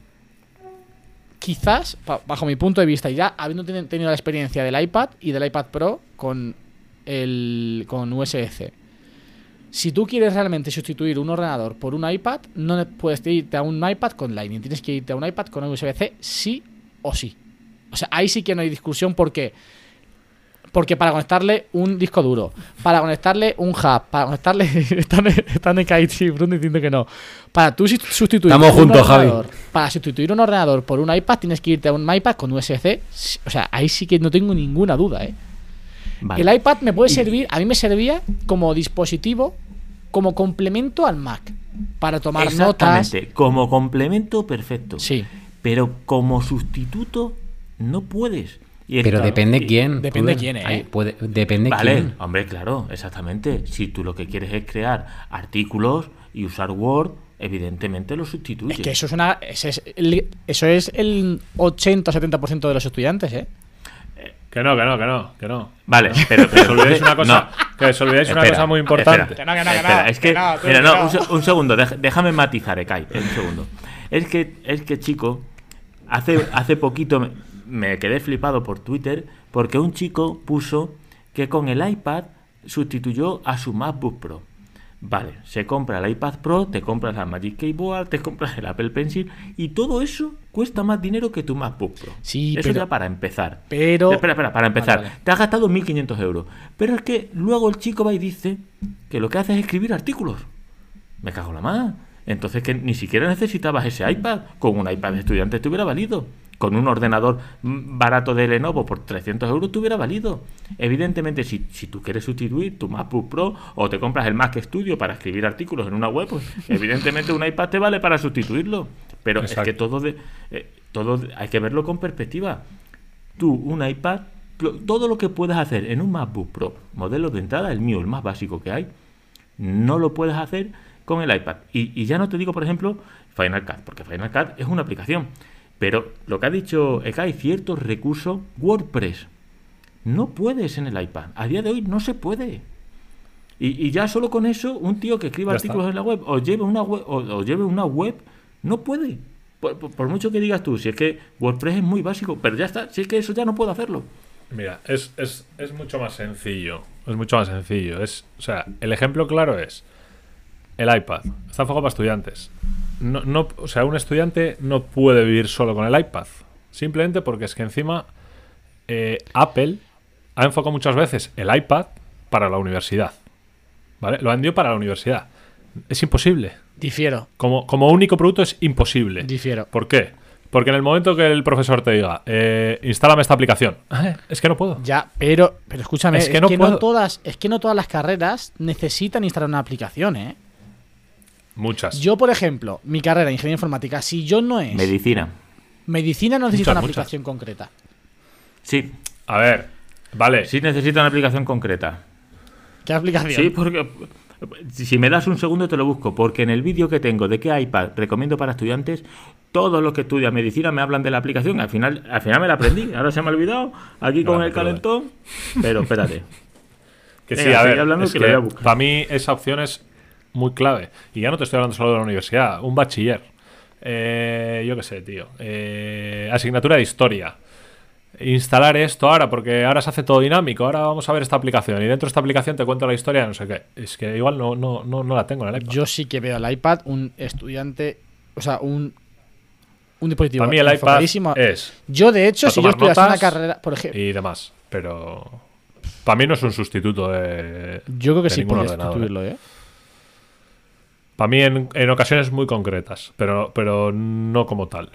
quizás, bajo mi punto de vista, y ya habiendo tenido la experiencia del iPad y del iPad Pro con USB-C, si tú quieres realmente sustituir un ordenador por un iPad, no puedes irte a un iPad con Lightning, tienes que irte a un iPad con USB-C sí o sí. O sea, ahí sí que no hay discusión porque para conectarle un disco duro, para conectarle un hub, para conectarle... Están en Kaichi y Bruno diciendo que no. Para tú sustituir Estamos un juntos, Javi. ordenador, para sustituir un ordenador por un iPad, tienes que irte a un iPad con USB-C. O sea, ahí sí que no tengo ninguna duda, ¿eh? Vale. El iPad me puede servir, a mí me servía como dispositivo, como complemento al Mac, para tomar notas. Exactamente. Como complemento, perfecto. Sí. Pero como sustituto, no puedes. Y Pero claro, depende y- quién. Depende Pruden. quién, ¿eh? Ahí depende Vale, quién. hombre, claro, exactamente. Si tú lo que quieres es crear artículos y usar Word, evidentemente lo sustituyes. Es que eso es el 80-70% de los estudiantes, ¿eh? Que no. Vale, Que os olvidéis una cosa, no. que os olvidéis una Espera, cosa muy importante. espera, Que no, espera, es que, que no, tú mira, que no, no. un segundo, déjame matizar, Ekai, un segundo. Es que chico, hace poquito me quedé flipado por Twitter porque un chico puso que con el iPad sustituyó a su MacBook Pro. Vale, se compra el iPad Pro, te compras la Magic Keyboard, te compras el Apple Pencil y todo eso cuesta más dinero que tu MacBook Pro. Sí, eso pero- ya para empezar. pero- Espera, para empezar. Vale. Te has gastado 1.500 euros. Pero es que luego el chico va y dice que lo que hace es escribir artículos. Me cago en la más. Entonces que ni siquiera necesitabas ese iPad. Con un iPad de estudiante te hubiera valido. con un ordenador barato de Lenovo por 300 euros te hubiera valido. Evidentemente, si tú quieres sustituir tu MacBook Pro o te compras el Mac Studio para escribir artículos en una web, pues evidentemente un iPad te vale para sustituirlo. Pero Exacto. es que todo hay que verlo con perspectiva. Tú, un iPad, todo lo que puedas hacer en un MacBook Pro, modelo de entrada, el mío, el más básico que hay, no lo puedes hacer con el iPad. Y ya no te digo, por ejemplo, Final Cut, porque Final Cut es una aplicación. Pero lo que ha dicho Eka, hay ciertos recursos WordPress. No puedes en el iPad. A día de hoy no se puede. Y ya solo con eso, un tío que escriba Ya artículos está. en la web o lleve una web, no puede. Por mucho que digas tú, si es que WordPress es muy básico, pero ya está, si es que eso ya no puedo hacerlo. Mira, es mucho más sencillo. Es mucho más sencillo. O sea, el ejemplo claro es el iPad. Está enfocado para estudiantes. O sea, un estudiante no puede vivir solo con el iPad. Simplemente porque es que encima Apple ha enfocado muchas veces el iPad para la universidad. ¿Vale? Lo vendió para la universidad. Es imposible. Difiero. Como único producto es imposible. Difiero. ¿Por qué? Porque en el momento que el profesor te diga, instálame esta aplicación, es que no puedo. Ya, pero escúchame, Es que no puedo. es que no todas las carreras necesitan instalar una aplicación, ¿eh? Muchas. Yo, por ejemplo, mi carrera, ingeniería informática, si yo no es Medicina. medicina, no necesita una Muchas. aplicación concreta. Sí, A ver, vale. sí necesita una aplicación concreta. ¿Qué aplicación? Sí, porque si me das un segundo te lo busco, porque en el vídeo que tengo de qué iPad recomiendo para estudiantes, todos los que estudian medicina me hablan de la aplicación. Al final me la aprendí, ahora se me ha olvidado, aquí con Vale, el pero calentón. Pero espérate. Que Venga, sí, a sigue ver, hablando es que que lo voy a buscar. para mí esa opción es muy clave. Y ya no te estoy hablando solo de la universidad, un bachiller. Yo qué sé, tío. Asignatura de historia. Instalar esto ahora, porque ahora se hace todo dinámico. Ahora vamos a ver esta aplicación. Y dentro de esta aplicación te cuento la historia de no sé qué. Es que igual no la tengo en el iPad. Yo sí que veo el iPad un estudiante, o sea, un dispositivo Para mí el iPad enfocadísimo. es Yo, de hecho, para si yo tomar estudiase una notas carrera, por ejemplo, y demás. Pero para mí no es un sustituto de yo creo que de sí ningún puede ordenador, sustituirlo, ¿eh? Para mí en ocasiones muy concretas, pero no como tal.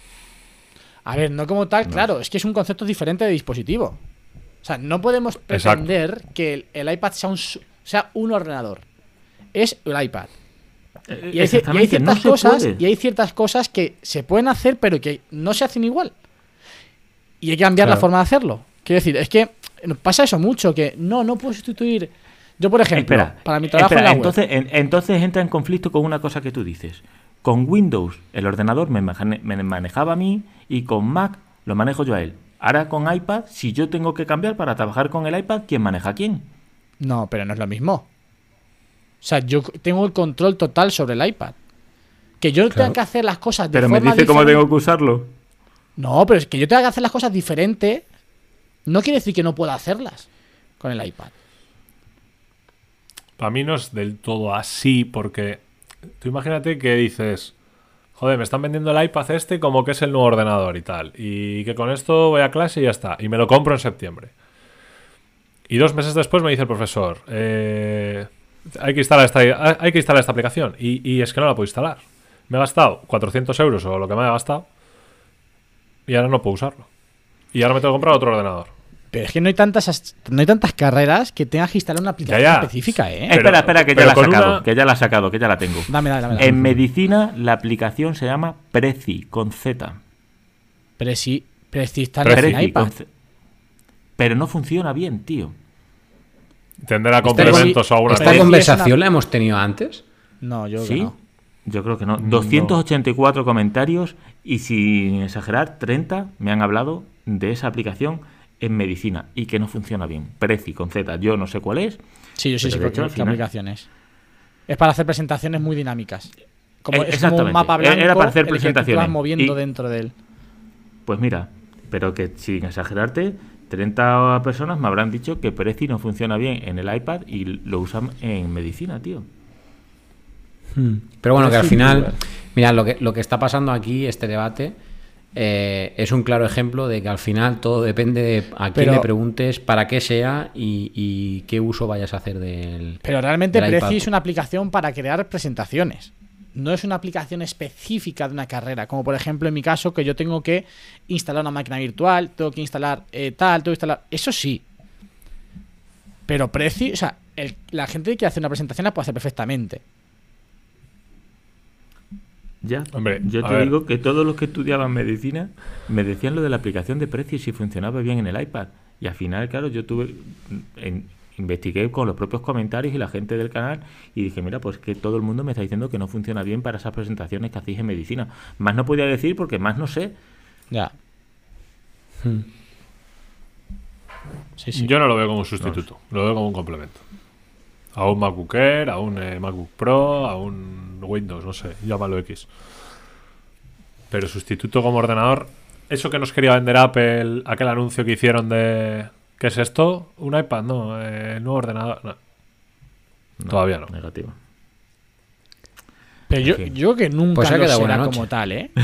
A ver, no como tal, claro, es que es un concepto diferente de dispositivo. O sea, no podemos pretender que el iPad sea un ordenador. Es el iPad. Y hay Exactamente, no se puede. hay ciertas cosas que se pueden hacer, pero que no se hacen igual. Y hay que cambiar la Claro. forma de hacerlo. Quiero decir, es que pasa eso mucho, que no puedo sustituir. Yo, por ejemplo, para mi trabajo en la web. entonces entra en conflicto con una cosa que tú dices. Con Windows el ordenador me manejaba a mí y con Mac lo manejo yo a él. Ahora con iPad, si yo tengo que cambiar para trabajar con el iPad, ¿quién maneja a quién? No, pero no es lo mismo. O sea, yo tengo el control total sobre el iPad. Que yo tenga que hacer las cosas de Pero me forma dice cómo diferente. tengo que usarlo. No, pero es que yo tenga que hacer las cosas diferente. No quiere decir que no pueda hacerlas con el iPad. Para mí no es del todo así, porque tú imagínate que dices, joder, me están vendiendo el iPad este como que es el nuevo ordenador y tal, y que con esto voy a clase y ya está, y me lo compro en septiembre. Y 2 meses después me dice el profesor, hay que instalar esta aplicación, y es que no la puedo instalar. Me he gastado 400 euros o lo que me haya gastado, y ahora no puedo usarlo. Y ahora me tengo que comprar otro ordenador. Pero es que no hay tantas carreras que tengas que instalar una aplicación Ya. específica, ¿eh? Pero- Espera, que ya pero la he con sacado, una- que ya la he sacado, que ya la tengo. Dame. En medicina la aplicación se llama Prezi, con Z. Pero sí está en Prezi, el iPad. con Z. Pero no funciona bien, tío. Tendrá Esta complementos o alguna ¿Esta Prezi cosa. es conversación una- la hemos tenido antes? No, yo creo ¿Sí? que no. Yo creo que no. 284 comentarios y sin exagerar, 30 me han hablado de esa aplicación en medicina y que no funciona bien. Prezi, con Z. Yo no sé cuál es. Sí, yo sí Pero sé de hecho, al qué final- aplicación es. Es para hacer presentaciones muy dinámicas. Es como un Exactamente. mapa blanco Era para hacer el que tú te vas presentaciones. moviendo Y- dentro de él. Pues mira, pero que sin exagerarte, 30 personas me habrán dicho que Prezi no funciona bien en el iPad y lo usan en medicina, tío. Pero bueno, que al Sí, final, bueno. mira, lo que está pasando aquí, este debate, es un claro ejemplo de que al final todo depende de a quién Pero- le preguntes, para qué sea y qué uso vayas a hacer del. Pero realmente del Prezi iPad. es una aplicación para crear presentaciones. no es una aplicación específica de una carrera, como por ejemplo en mi caso, que yo tengo que instalar una máquina virtual, tengo que instalar tengo que instalar... Eso sí. Pero precio, o sea, la gente que hace una presentación la puede hacer perfectamente. Ya, Hombre, yo a te ver. digo que todos los que estudiaban medicina me decían lo de la aplicación de precios y si funcionaba bien en el iPad. Y al final, claro, investigué con los propios comentarios y la gente del canal y dije, mira, pues que todo el mundo me está diciendo que no funciona bien para esas presentaciones que hacéis en medicina. Más no podía decir porque más no sé. Ya. Sí. Yo no lo veo como un sustituto, lo veo como un complemento. A un MacBook Air, a un MacBook Pro, a un Windows, no sé, llámalo X. Pero sustituto como ordenador, eso que nos quería vender Apple, aquel anuncio que hicieron de... ¿Qué es esto? ¿Un iPad? No, el nuevo ordenador. No. Todavía no. Negativo. Pero En fin. yo que nunca Pues ha lo quedado será buena noche. como tal, ¿eh?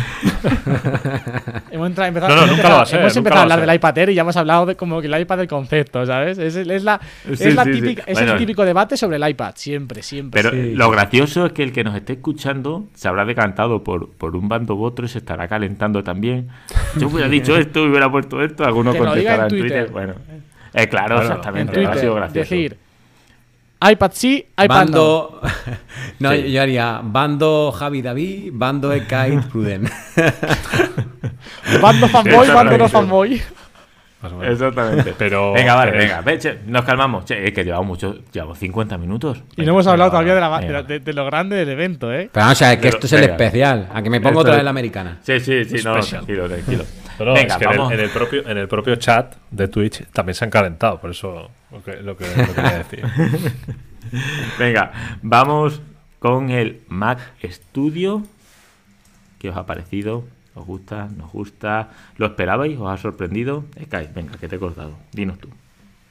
No, nunca lo va a ser, Hemos nunca empezado lo a va a hablar ser. del iPad Air y ya hemos hablado de como que el iPad del concepto, ¿sabes? Es la Sí, sí, típica, sí. es Bueno. el típico debate sobre el iPad, siempre. Pero Sí. lo gracioso es que el que nos esté escuchando se habrá decantado por un bando u otro y se estará calentando también. Yo hubiera dicho esto, hubiera puesto esto, alguno Que lo diga contestará en en Twitter. Twitter. Bueno, claro, Claro, en exactamente. Twitter, Ha sido gracioso. decir iPad sí, iPad Bando. No, Sí. yo haría bando Javi David, bando Ekait Pruden. no. Bando fanboy, Sí, bando no exactamente. fanboy. Más o menos. Exactamente. Pero- venga, vale, pero- venga. Ve, che, nos calmamos. Che, es que llevamos 50 minutos. Y no hemos hablado Venga, todavía venga. de lo grande del evento, ¿eh? Pero vamos a ver, que Pero, esto es el venga. especial. A que me pongo Esto otra es- vez la americana. Sí, no, Especial. tranquilo. No, Venga, es que vamos. en el propio chat de Twitch también se han calentado, por eso lo que quería decir. Venga, vamos con el Mac Studio. ¿Qué os ha parecido? ¿Os gusta? ¿Nos gusta? ¿Lo esperabais? ¿Os ha sorprendido? Sky, venga, que te he cortado. Dinos tú.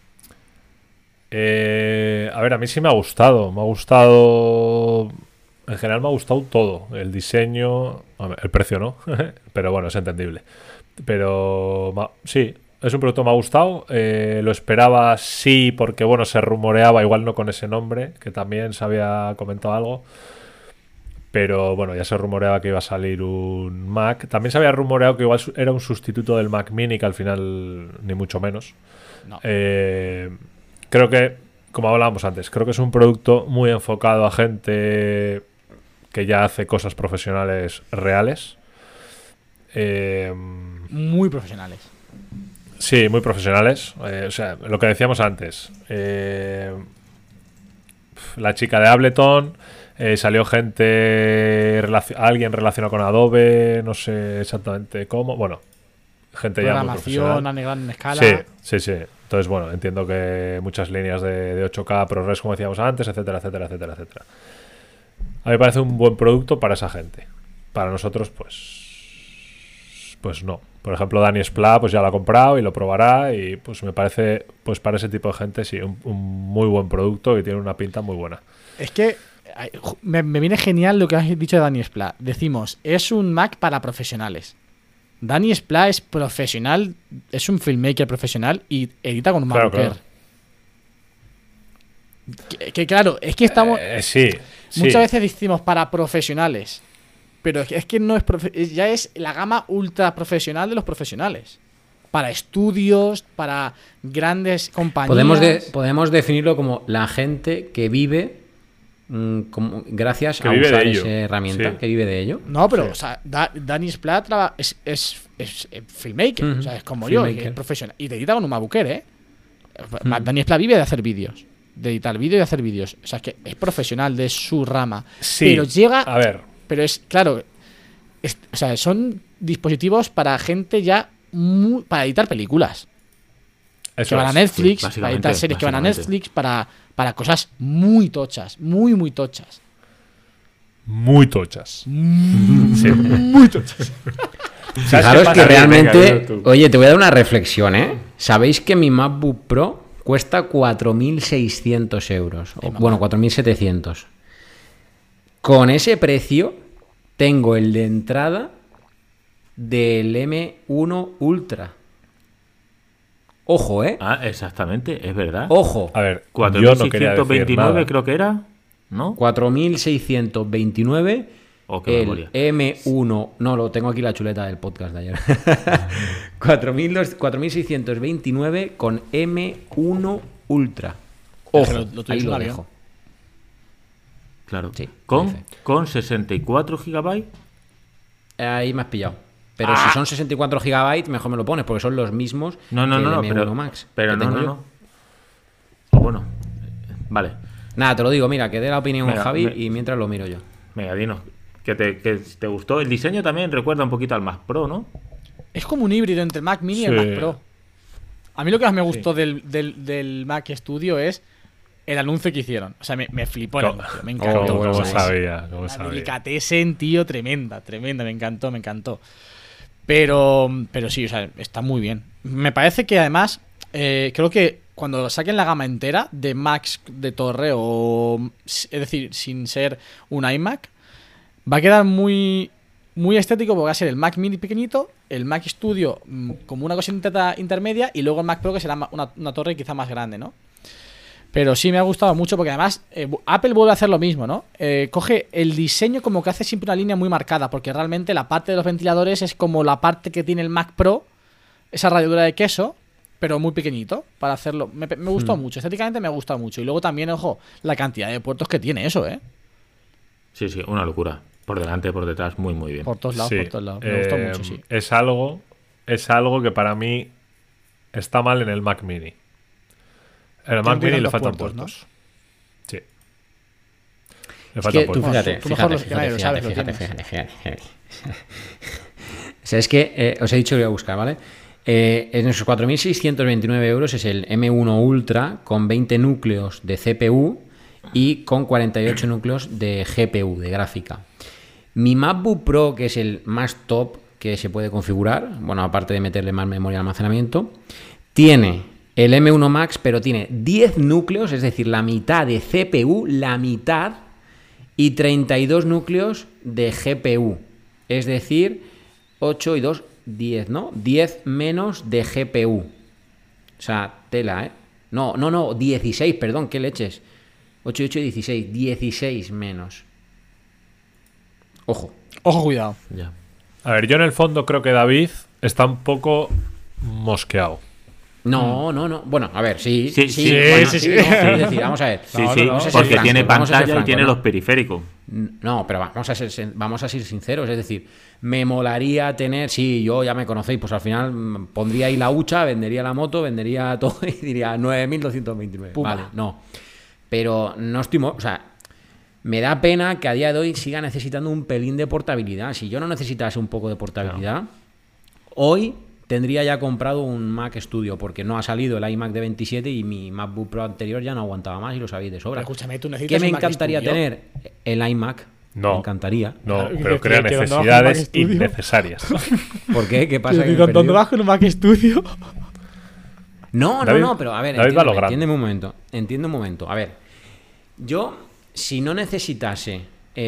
A ver, a mí sí me ha gustado. Me ha gustado. En general me ha gustado todo. El diseño. A ver, el precio no. Pero bueno, es entendible. Pero sí, es un producto que me ha gustado. Lo esperaba sí, porque bueno, se rumoreaba, igual no con ese nombre, que también se había comentado algo. Pero bueno, ya se rumoreaba que iba a salir un Mac. También se había rumoreado que igual era un sustituto del Mac Mini, que al final ni mucho menos. No. Creo que, como hablábamos antes, creo que es un producto muy enfocado a gente que ya hace cosas profesionales reales. Muy profesionales. Sí, muy profesionales. O sea, lo que decíamos antes. La chica de Ableton. Salió gente, alguien relacionado con Adobe, no sé exactamente cómo. Bueno, gente ya muy Programación profesional. a gran escala. Sí. Entonces, bueno, entiendo que muchas líneas de 8K, ProRes, como decíamos antes, etcétera. A mí me parece un buen producto para esa gente. Para nosotros, pues no. Por ejemplo, Dani Spla, pues ya lo ha comprado y lo probará y pues me parece, pues para ese tipo de gente, sí, un muy buen producto y tiene una pinta muy buena. Es que me viene genial lo que has dicho de Dani Spla. Decimos, es un Mac para profesionales. Dani Spla es profesional, es un filmmaker profesional y edita con un Claro, MacBook Air. claro. Que claro, es que estamos... Sí. Muchas veces decimos para profesionales, pero es que no es ya es la gama ultra profesional de los profesionales. Para estudios, para grandes compañías. Podemos definirlo como la gente que vive gracias Que a vive usar de ello. esa herramienta, Sí. que vive de ello. No, pero Sí. o sea, Dani Splat es filmmaker, Ujú. o sea, es como yo, Filmmaker. es profesional. Y te edita con un MacBook Air, ¿eh? Dani Splat vive de hacer vídeos, de editar vídeo y de hacer vídeos. O sea, es que es profesional de su rama. Sí. Pero llega... A ver, Pero es, claro, o sea, son dispositivos para gente ya para editar películas. eso Que van a es. Netflix, sí, para editar básicamente, series que van a básicamente. Netflix, para cosas muy tochas, muy tochas. Muy tochas. Sí. Muy tochas. ¿Sabes qué Fijaros pasa? que realmente... Venga, dilo tú. Oye, te voy a dar una reflexión, ¿eh? ¿Sabéis que mi MacBook Pro cuesta 4.600 euros? Bueno, 4.700. Con ese precio tengo el de entrada del M1 Ultra. Ojo, ¿eh? Ah, exactamente, es verdad. Ojo. A ver, yo no quería decir 4.629 nada. creo que era, ¿no? 4.629 Oh, qué el memoria. M1, no, lo tengo aquí la chuleta del podcast de ayer. 4629 con M1 Ultra. Ojo, Lo tuyo ahí es un lo avión. dejo. Claro. Sí, Con, F. con 64 GB. Ahí me has pillado. Pero si son 64 GB, mejor me lo pones, porque son los mismos No, que el no, M1 pero, Max. pero que no, tengo no, yo. no. Oh, bueno, vale. Nada, te lo digo, mira, que dé la opinión Venga, Javi me- y mientras lo miro yo. Venga, dinos. Que te gustó. El diseño también recuerda un poquito al Mac Pro, ¿no? Es como un híbrido entre el Mac Mini y el Sí. Mac Pro. A mí lo que más me gustó del Mac Studio es el anuncio que hicieron. O sea, me flipó el ¿Cómo- anuncio. Me encantó. bueno, ¿Cómo ¿sabes? sabía? ¿Cómo Una sabía? delicatessen, tío, tremenda. Me encantó. Pero sí, o sea, está muy bien. Me parece que además, creo que cuando saquen la gama entera de Macs de torre, es decir, sin ser un iMac, va a quedar muy estético porque va a ser el Mac Mini pequeñito, el Mac Studio como una cosa intermedia y luego el Mac Pro que será una torre quizá más grande, ¿no? Pero sí me ha gustado mucho porque además Apple vuelve a hacer lo mismo, ¿no? Coge el diseño como que hace siempre una línea muy marcada porque realmente la parte de los ventiladores es como la parte que tiene el Mac Pro, esa ralladura de queso, pero muy pequeñito para hacerlo. Me gustó mucho, estéticamente me ha gustado mucho. Y luego también, ojo, la cantidad de puertos que tiene eso, ¿eh? Sí, una locura. Por delante, por detrás, muy, muy bien. Por todos lados, Sí. por todos lados. Me gustó mucho, sí. Es algo que para mí está mal en el Mac Mini. En el Mac Tiene Mini le tantos faltan puertos, ¿no? puertos. Sí. Le Es faltan que tú puertos. fíjate, Tú mejor fíjate, que nadie lo sabes, lo fíjate, tienes. fíjate. O sea, es que os he dicho que voy a buscar, ¿vale? En esos 4.629 euros es el M1 Ultra con 20 núcleos de CPU y con 48 núcleos de GPU, de gráfica. Mi MacBook Pro, que es el más top que se puede configurar, bueno, aparte de meterle más memoria de almacenamiento, tiene el M1 Max, pero tiene 10 núcleos, es decir, la mitad de CPU, la mitad, y 32 núcleos de GPU, es decir, 8 y 2, 10, ¿no? 10 menos de GPU. O sea, tela, ¿eh? No, 16, perdón, ¿qué leches? 8 y 8 y 16, 16 menos. Ojo. Ojo, cuidado. Ya. A ver, yo en el fondo creo que David está un poco mosqueado. No. Bueno, a ver, sí. Sí, sí, bueno, sí, sí. no, es decir, vamos a ver. Sí, No, sí, no, no. Vamos a ser porque francos, tiene vamos a ser pantalla y francos, tiene ¿no? los periféricos. No, pero vamos a ser sinceros, es decir, me molaría tener, sí, yo ya me conocéis, pues al final pondría ahí la hucha, vendería la moto, vendería todo y diría 9.229. Puma. Vale, no. Pero no estoy, o sea, me da pena que a día de hoy siga necesitando un pelín de portabilidad. Si yo no necesitase un poco de portabilidad, hoy tendría ya comprado un Mac Studio porque no ha salido el iMac de 27 y mi MacBook Pro anterior ya no aguantaba más y lo sabéis de sobra. Pero escúchame, tú necesitas ¿Qué me un Mac encantaría Studio. tener? El iMac. No. Me encantaría. No, Claro, pero que crea donde vas con un necesidades Mac Studio. innecesarias. ¿Por qué? ¿Qué pasa? Pero que me he ¿dónde perdido? vas con un Mac Studio? No, David- pero a ver, David va a lo grande. entiende un momento. A ver, yo, si no necesitase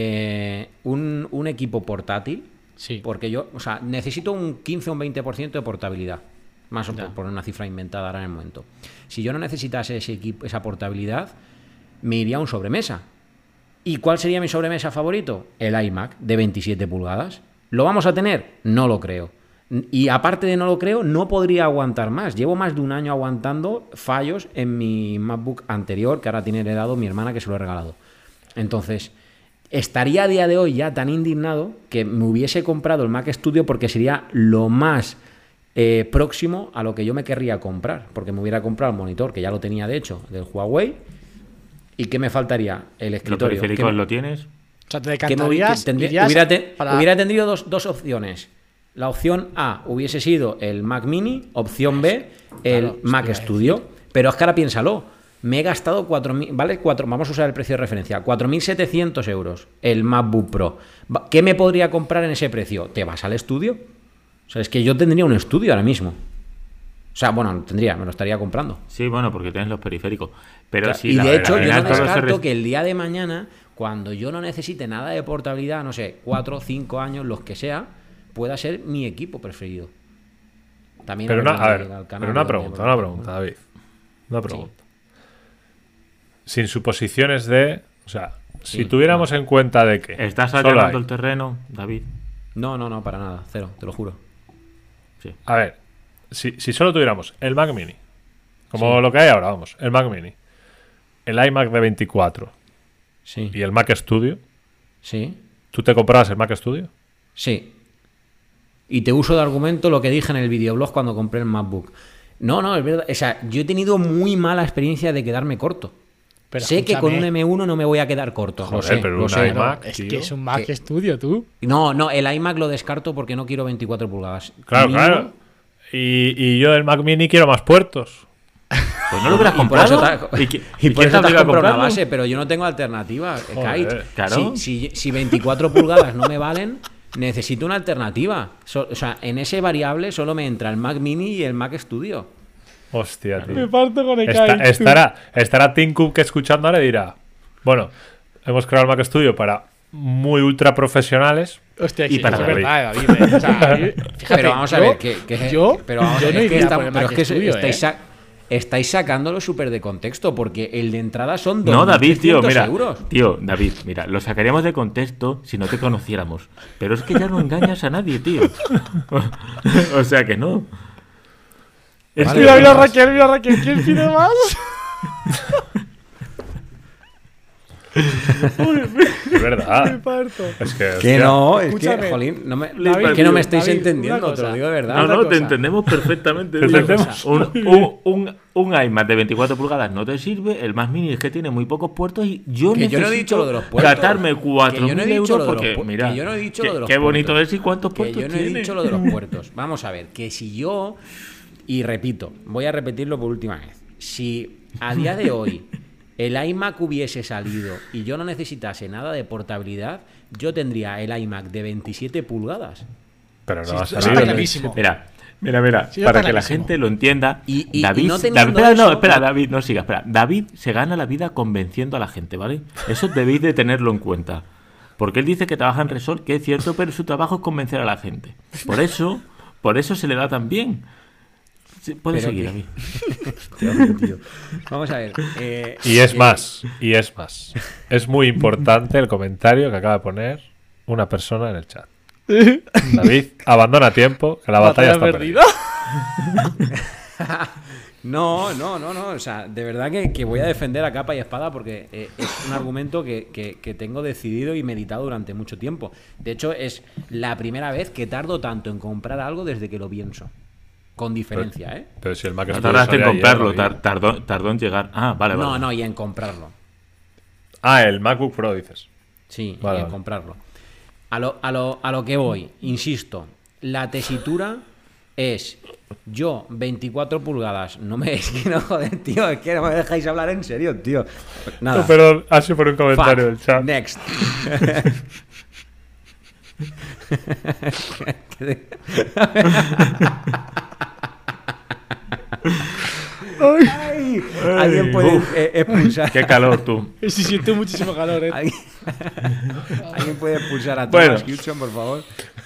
un equipo portátil, Sí. porque yo, o sea, necesito un 15 o un 20% de portabilidad, más o Ya. por una cifra inventada ahora en el momento. Si yo no necesitase esa portabilidad, me iría a un sobremesa. ¿Y cuál sería mi sobremesa favorito? El iMac de 27 pulgadas. ¿Lo vamos a tener? No lo creo. Y aparte de no lo creo, no podría aguantar más. Llevo más de un año aguantando fallos en mi MacBook anterior, que ahora tiene heredado mi hermana, que se lo he regalado. Entonces, estaría a día de hoy ya tan indignado que me hubiese comprado el Mac Studio porque sería lo más próximo a lo que yo me querría comprar. Porque me hubiera comprado el monitor, que ya lo tenía de hecho, del Huawei. ¿Y qué me faltaría? El Los escritorio. periféricos ¿Qué- lo tienes. O sea, te que me decantarías, irías hubiera tenido dos opciones. La opción A hubiese sido el Mac Mini, opción B, el Claro, Mac eso te iba a Studio. Pero es que ahora piénsalo, me he gastado 4.000, ¿vale? Vamos a usar el precio de referencia, 4.700 euros el MacBook Pro. ¿Qué me podría comprar en ese precio? ¿Te vas al estudio? O sea, es que yo tendría un estudio ahora mismo. O sea, bueno, me lo estaría comprando. Sí, bueno, porque tienes los periféricos. Pero Claro, sí, y la de verdad, hecho, al yo no final todo se descarto que el día de mañana, cuando yo no necesite nada de portabilidad, no sé, 4 o 5 años, los que sea, pueda ser mi equipo preferido. También Pero habrá a que ir ver, al canal pero una donde- pregunta, David. Una pregunta. Sin suposiciones de... O sea, si tuviéramos en cuenta de que ¿Estás solo allanando hay- el terreno, David? No, para nada. Cero, te lo juro. Sí. A ver, si solo tuviéramos el Mac Mini, como Sí. lo que hay ahora, vamos, el Mac Mini, el iMac de 24 Sí, y el Mac Studio, sí, ¿tú te comprabas el Mac Studio? sí. Y te uso de argumento lo que dije en el videoblog cuando compré el MacBook. No, es verdad. O sea, yo he tenido muy mala experiencia de quedarme corto. Pero sé que con un escúchame. M1 no me voy a quedar corto. Joder, lo sé, pero lo un sé. iMac, Es tío. que es un Mac Que- Studio, tú. No, el iMac lo descarto porque no quiero 24 pulgadas. Claro, Mínimo- claro. Y yo del Mac Mini quiero más puertos. Pues no lo hubieras Y por eso comprado. te, ¿Y qué- y y por quién eso te has obliga a comprado una comprarlo? base, pero yo no tengo alternativa. Joder, Kite. claro. Si 24 pulgadas no me valen, necesito una alternativa. O sea, en ese variable solo me entra el Mac Mini y el Mac Studio. Hostia, tío. Me parto con el Estará Tim Cook escuchando ahora y dirá: bueno, hemos creado el Mac Studio para muy ultra profesionales. Hostia, Y sí, para es David. verdad, David. O sea, fíjate, Pero vamos a yo- ver, yo no iría por el Mac Studio, estáis sacándolo súper de contexto, porque el de entrada son 2.300 No, David, tío, mira. euros. Tío, David, mira, lo sacaríamos de contexto si no te conociéramos. Pero es que ya no engañas a nadie, tío. O sea que no. Es Vale, que- Mira, Raquel, ¿quién pide más? Es verdad. Parto. Es que, Que hostia, no, es Escúchame. que, jolín, no me, David, es que no me estáis David, entendiendo, una te lo cosa. digo de verdad. No, Otra no, te cosa. entendemos perfectamente. Te tío. entendemos. Un iMac de 24 pulgadas no te sirve. El más mini es que tiene muy pocos puertos. Y yo Que yo no he dicho lo de los puertos. gastarme Que yo no he 4.000 dicho euros lo de los porque, pu- mira, que yo no he dicho qué, lo de los qué bonito puertos. es y cuántos Que puertos yo no he tiene. dicho lo de los puertos. Vamos a ver, que si yo, y repito, voy a repetirlo por última vez, si a día de hoy el iMac hubiese salido y yo no necesitase nada de portabilidad, yo tendría el iMac de 27 pulgadas. Pero Sí, no ha está salido. clarísimo. Mira, Sí, para está que la clarísimo. gente lo entienda, Y David, no teniendo espera, no, eso- espera, David, no sigas, espera. David se gana la vida convenciendo a la gente, ¿vale? Eso debéis de tenerlo en cuenta. Porque él dice que trabaja en Resort, que es cierto, pero su trabajo es convencer a la gente. Por eso se le da tan bien. Sí, puedes Pero seguir, que- David. Tío. Vamos a ver. Y es más. Es muy importante el comentario que acaba de poner una persona en el chat. David, abandona a tiempo, que la batalla está perdida. No. O sea, de verdad que voy a defender a capa y espada porque es un argumento que tengo decidido y meditado durante mucho tiempo. De hecho, es la primera vez que tardo tanto en comprar algo desde que lo pienso. Con diferencia, ¿eh? Pero si el Mac No Studio tardaste en salió ayer, comprarlo, David. tardó en llegar. Ah, vale, vale. No, y en comprarlo. Ah, el MacBook Pro dices. Sí, Vale, y en vale. comprarlo. A lo que voy, insisto, la tesitura es yo 24 pulgadas, no me es que no joder, tío, es que no me dejáis hablar en serio, tío. Nada. No, perdón, ha sido por un comentario Fuck. del chat. Next. Ay, alguien puede expulsar. Qué calor tú. Sí, siento muchísimo calor, ¿Alguien, alguien puede expulsar a Bueno. Thomas Gibson, por favor?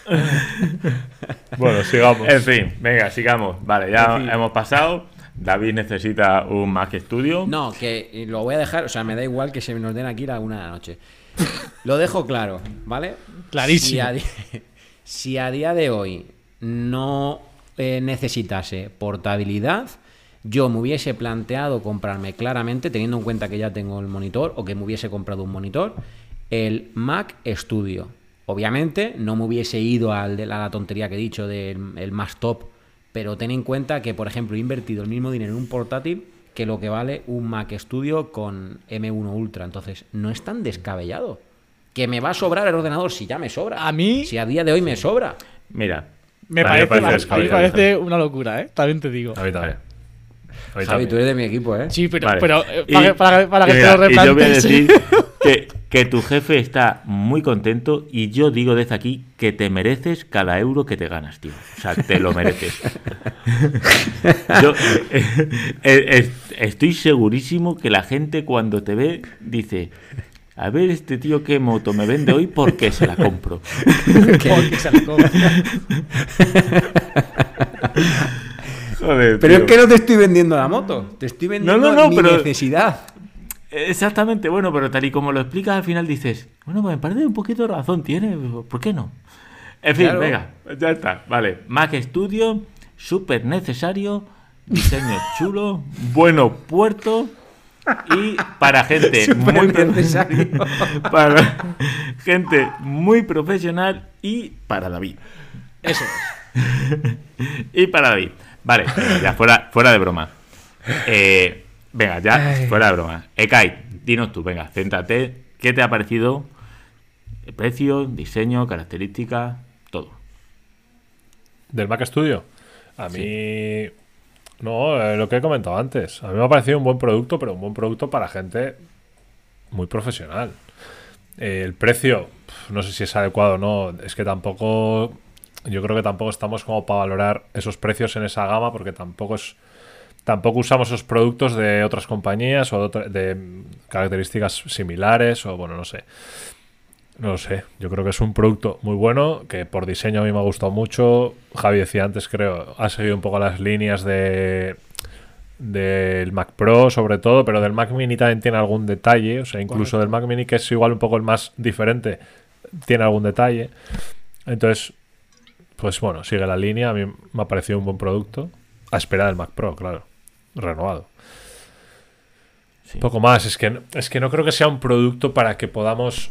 Bueno, sigamos. En fin, venga, sigamos. Vale, ya En fin. hemos pasado. David necesita un Mac Studio. No, que lo voy a dejar, o sea, me da igual que se nos den aquí la 1 de la noche. Lo dejo claro, ¿vale? Clarísimo. Si a día de hoy no necesitase portabilidad, yo me hubiese planteado comprarme claramente, teniendo en cuenta que ya tengo el monitor, o que me hubiese comprado un monitor, el Mac Studio. Obviamente no me hubiese ido a la tontería que he dicho del el más top, pero ten en cuenta que, por ejemplo, he invertido el mismo dinero en un portátil que lo que vale un Mac Studio con M1 Ultra. Entonces, no es tan descabellado. Que me va a sobrar el ordenador si ya me sobra. A mí- Si a día de hoy me sobra. Mira, Me A mí me parece, parece a mí me descabellado. parece una locura, ¿eh? También te digo. A mí también. A mí Javi, también. tú eres de mi equipo, ¿eh? Sí, pero, vale. para, para que mira, te lo y yo voy a replantees. decir que tu jefe está muy contento y yo digo desde aquí que te mereces cada euro que te ganas, tío. O sea, te lo mereces. Yo estoy segurísimo que la gente cuando te ve dice: a ver este tío qué moto me vende hoy porque se la compro. Porque se la come. Joder, Pero tío. es que no te estoy vendiendo la moto. Te estoy vendiendo no, mi pero- necesidad. Exactamente, bueno, pero tal y como lo explicas al final dices, bueno, pues me parece un poquito de razón tiene, ¿por qué no? En fin, Claro. venga, ya está, vale. Mac Studio, súper necesario, diseño chulo, buenos puertos y para gente muy necesario. para gente muy profesional y para David. Eso. Y para David. Vale, venga, ya fuera de broma. Venga, ya fuera de broma. Ekai, dinos tú, venga, céntrate. ¿Qué te ha parecido? El precio, diseño, características, todo. ¿Del Mac Studio? A mí... No, lo que he comentado antes. A mí me ha parecido un buen producto, pero un buen producto para gente muy profesional. El precio, no sé si es adecuado o no. Es que tampoco... Yo creo que tampoco estamos como para valorar esos precios en esa gama, porque tampoco usamos esos productos de otras compañías o de características similares, o bueno, no sé. No lo sé, yo creo que es un producto muy bueno, que por diseño a mí me ha gustado mucho. Javi decía antes, creo, ha seguido un poco las líneas del Mac Pro sobre todo, pero del Mac Mini también tiene algún detalle, o sea, incluso del Mac Mini, que es igual un poco el más diferente, tiene algún detalle. Entonces, pues bueno, sigue la línea, a mí me ha parecido un buen producto, a esperar el Mac Pro, claro, renovado. Sí. Poco más, es que no creo que sea un producto para que podamos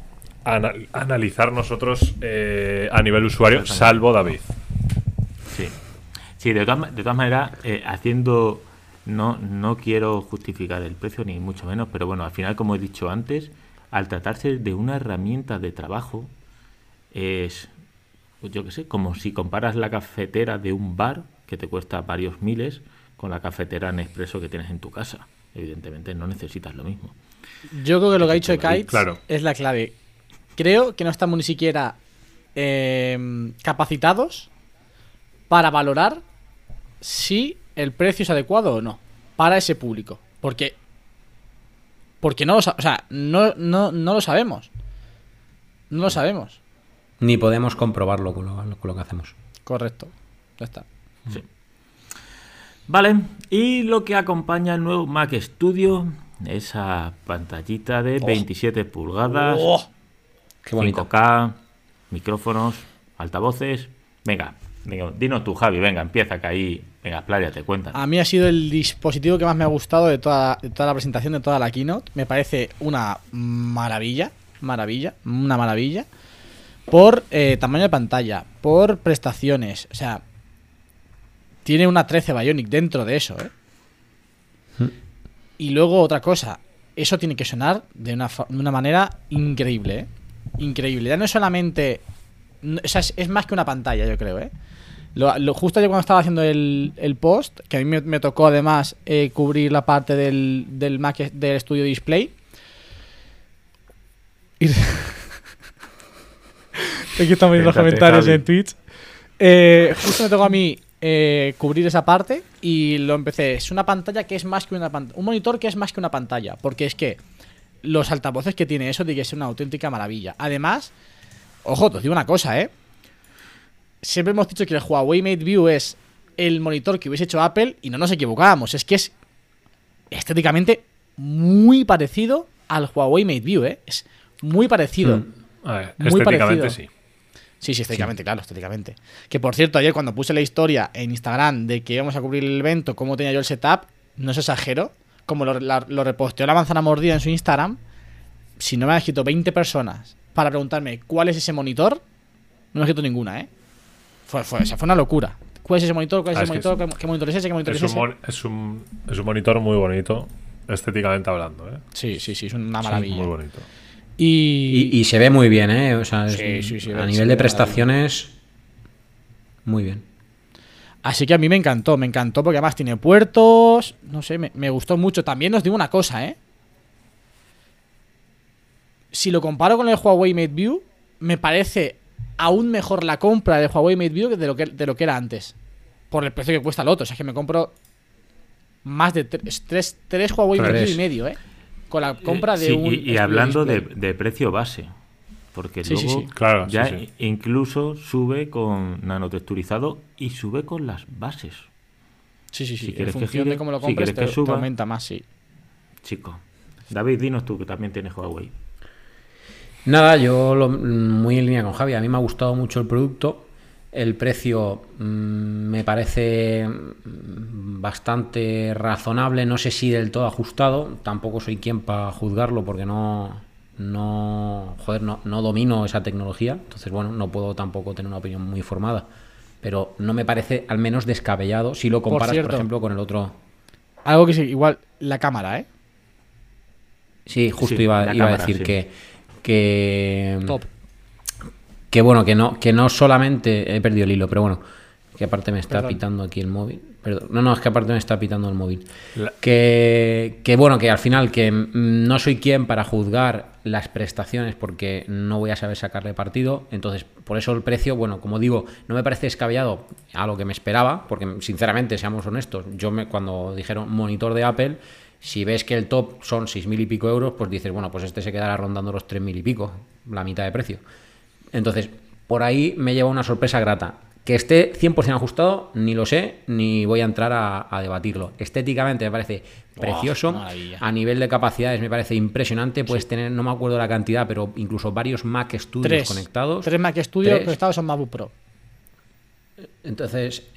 analizar nosotros a nivel usuario, salvo David. Sí. Sí, de todas maneras, haciendo... No quiero justificar el precio, ni mucho menos, pero bueno, al final, como he dicho antes, al tratarse de una herramienta de trabajo, es, pues yo qué sé, como si comparas la cafetera de un bar, que te cuesta varios miles, con la cafetera Nespresso que tienes en tu casa. Evidentemente no necesitas lo mismo. Yo creo que lo que ha dicho Kites claro, es la clave. Creo que no estamos ni siquiera capacitados para valorar si el precio es adecuado o no para ese público. Porque no lo, o sea, no lo sabemos. No lo sabemos. Ni podemos comprobarlo con lo que hacemos. Correcto. Ya está. Sí. Vale, y lo que acompaña el nuevo Mac Studio, esa pantallita de 27 pulgadas, Qué bonito. 5K, micrófonos, altavoces. Venga, dinos tú, Javi, venga, empieza que ahí, venga, expláyate, cuéntanos. A mí ha sido el dispositivo que más me ha gustado de toda la presentación, de toda la keynote. Me parece una maravilla, una maravilla. Por tamaño de pantalla, por prestaciones, o sea, tiene una 13 Bionic dentro de eso, Y luego otra cosa, eso tiene que sonar de una manera increíble, Increíble. Ya no es solamente... O sea, es más que una pantalla, yo creo, Justo yo cuando estaba haciendo el post, que a mí me tocó además cubrir la parte del Mac del Studio Display. Aquí están viendo los comentarios en Twitch. Justo me tocó a mí cubrir esa parte y lo empecé. Es una pantalla que es más que una pantalla. Un monitor que es más que una pantalla. Porque es que los altavoces que tiene eso tiene que ser una auténtica maravilla. Además, ojo, te digo una cosa, Siempre hemos dicho que el Huawei MateView es el monitor que hubiese hecho Apple y no nos equivocábamos. Es que es estéticamente muy parecido al Huawei MateView, Es muy parecido. A ver, Muy estéticamente parecido. sí. Sí, estéticamente, claro, estéticamente. Que por cierto, ayer cuando puse la historia en Instagram de que íbamos a cubrir el evento, cómo tenía yo el setup, no os exagero, como lo reposteó la manzana mordida en su Instagram, si no me han escrito 20 personas para preguntarme cuál es ese monitor, no me han escrito ninguna, Fue una locura. ¿Cuál es ese monitor? ¿Cuál es ese monitor? ¿Qué monitor es ese? ¿Qué monitor es ese? Es un monitor muy bonito, estéticamente hablando, Sí, es una maravilla. Muy bonito. Y se ve muy bien, O sea, Sí, a nivel de prestaciones, muy bien. Así que a mí me encantó porque además tiene puertos, no sé, me gustó mucho. También os digo una cosa, Si lo comparo con el Huawei MateView, me parece aún mejor la compra del Huawei MateView que de lo que era antes. Por el precio que cuesta el otro. O sea, que me compro más de tres Huawei MateView y medio, con la compra de un... Y hablando de precio base, porque Sí, luego sí. Claro, ya sí. incluso sube con nanotexturizado y sube con las bases. Sí. Si En quieres que función gire, de cómo lo si compres, quieres que te suba. aumenta más, sí. Chico, David, dinos tú, que también tienes Huawei. Nada, muy en línea con Javi. A mí me ha gustado mucho el producto. El precio me parece bastante razonable. No sé si del todo ajustado. Tampoco soy quien para juzgarlo porque no domino esa tecnología. Entonces, bueno, no puedo tampoco tener una opinión muy formada. Pero no me parece al menos descabellado si lo comparas, por ejemplo, con el otro. Algo que sí, igual la cámara, ¿eh? Sí, justo Sí, iba a cámara, decir sí. que Top. que bueno, que no solamente he perdido el hilo, pero bueno, que aparte me está Perdón. pitando aquí el móvil. Perdón. No, es que aparte me está pitando el móvil. La- Que bueno, que al final que no soy quien para juzgar las prestaciones porque no voy a saber sacarle partido. Entonces, por eso el precio, bueno, como digo, no me parece descabellado a lo que me esperaba, porque sinceramente, seamos honestos, cuando dijeron monitor de Apple, si ves que el top son 6.000 y pico euros, pues dices, bueno, pues este se quedará rondando los 3.000 y pico, la mitad de precio. Entonces, por ahí me lleva una sorpresa grata. Que esté 100% ajustado, ni lo sé, ni voy a entrar a debatirlo. Estéticamente me parece precioso. maravilla. A nivel de capacidades me parece impresionante. Puedes tener, no me acuerdo la cantidad, pero incluso varios Mac Studios conectados. 3 Mac Studio Tres. conectados son MacBook Pro. Entonces,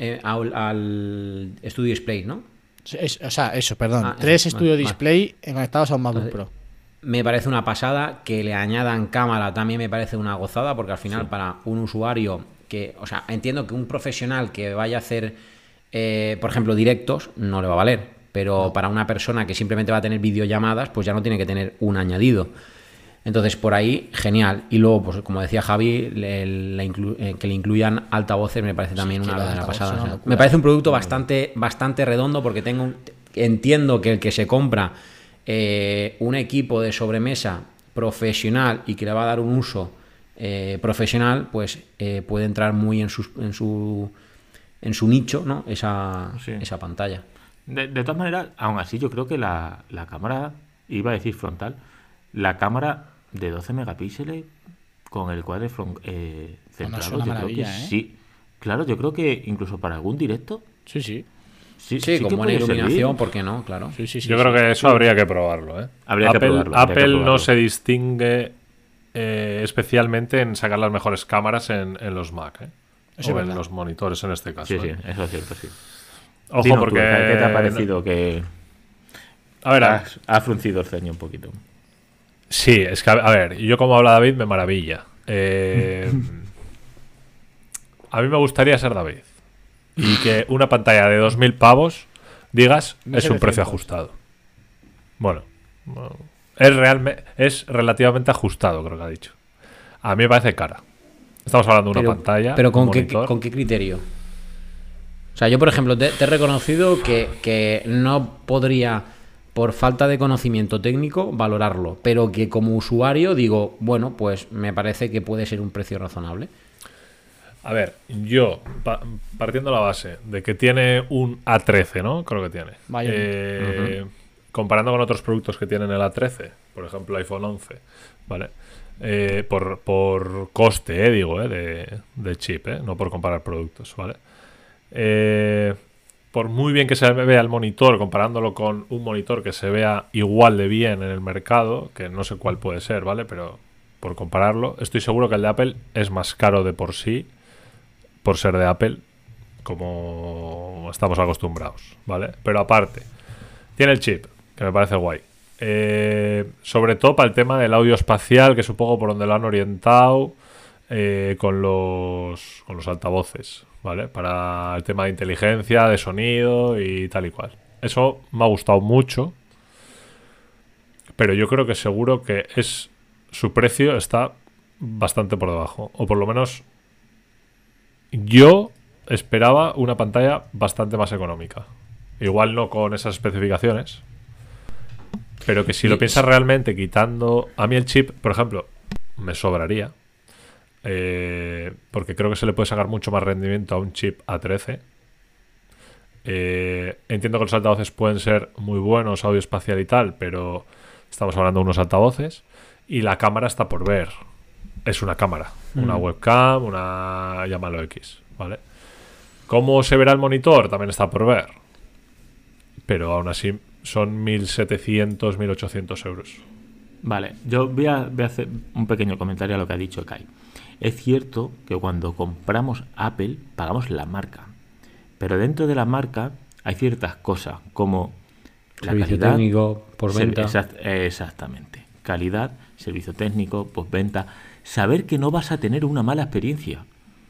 al Studio Display, ¿no? O sea, eso, perdón. Ah, 3 eso, Studio vale. Display conectados a un MacBook Entonces, Pro. Me parece una pasada. Que le añadan cámara también me parece una gozada, porque al final para un usuario que, o sea, entiendo que un profesional que vaya a hacer, por ejemplo, directos, no le va a valer, pero para una persona que simplemente va a tener videollamadas, pues ya no tiene que tener un añadido. Entonces, por ahí, genial. Y luego, pues como decía Javi, que le incluyan altavoces me parece también que una los verdadera altavoces pasada. son O una sea, locura. me parece un producto bastante redondo, porque entiendo que el que se compra un equipo de sobremesa profesional y que le va a dar un uso profesional, pues puede entrar muy en su nicho, ¿no? Sí. Esa pantalla. De todas maneras, aún así, yo creo que la cámara, iba a decir frontal, la cámara de 12 megapíxeles con el cuadro centrado, es una yo creo que maravilla, ¿eh? sí. Claro, yo creo que incluso para algún directo, Sí, sí. sí, Sí, sí con que buena puede iluminación, servir. ¿por qué no? Claro. Sí, sí, sí, Yo sí. creo que eso habría que probarlo, ¿eh? Habría que probarlo, habría que Apple no probarlo. se distingue especialmente en sacar las mejores cámaras en los Mac, ¿eh? Eso es O en verdad. los monitores en este caso. Sí, sí, ¿eh? eso es cierto, sí. Ojo, Dinos tú, porque. ¿qué te ha parecido? Que A ver, ha fruncido el ceño un poquito. sí, es que, a ver, yo como habla David me maravilla. A mí me gustaría ser David. Y que una pantalla de 2.000 pavos, digas, es un 1.700. precio ajustado. Bueno, es relativamente ajustado, creo que ha dicho. A mí me parece cara. Estamos hablando de una pantalla. Pero un ¿con monitor. qué criterio? O sea, yo, por ejemplo, te he reconocido que no podría, por falta de conocimiento técnico, valorarlo. Pero que como usuario digo, bueno, pues me parece que puede ser un precio razonable. A ver, yo, partiendo de la base de que tiene un A13, ¿no? Creo que tiene. Vaya. Comparando con otros productos que tienen el A13, por ejemplo, el iPhone 11, ¿vale? Por coste, digo, de chip, no por comparar productos, ¿vale? Por muy bien que se vea el monitor, comparándolo con un monitor que se vea igual de bien en el mercado, que no sé cuál puede ser, ¿vale? Pero por compararlo, estoy seguro que el de Apple es más caro de por sí, por ser de Apple, como estamos acostumbrados, ¿vale? Pero aparte, tiene el chip, que me parece guay. Sobre todo para el tema del audio espacial, que supongo por donde lo han orientado, con los altavoces, ¿vale? Para el tema de inteligencia, de sonido y tal y cual. Eso me ha gustado mucho, pero yo creo que seguro que su precio está bastante por debajo, o por lo menos yo esperaba una pantalla bastante más económica. Igual no con esas especificaciones, pero que si lo piensas realmente, quitando... A mí el chip, por ejemplo, me sobraría. Porque creo que se le puede sacar mucho más rendimiento a un chip A13. Entiendo que los altavoces pueden ser muy buenos, audio espacial y tal, pero estamos hablando de unos altavoces. Y la cámara está por ver. Es una cámara, una webcam, llámalo X, ¿vale? ¿Cómo se verá el monitor? También está por ver. Pero aún así son 1.700, 1.800 euros. Vale, yo voy a hacer un pequeño comentario a lo que ha dicho Kai. Es cierto que cuando compramos Apple pagamos la marca, pero dentro de la marca hay ciertas cosas como la Servicio calidad, técnico, postventa. exactamente, calidad, servicio técnico, postventa, saber que no vas a tener una mala experiencia.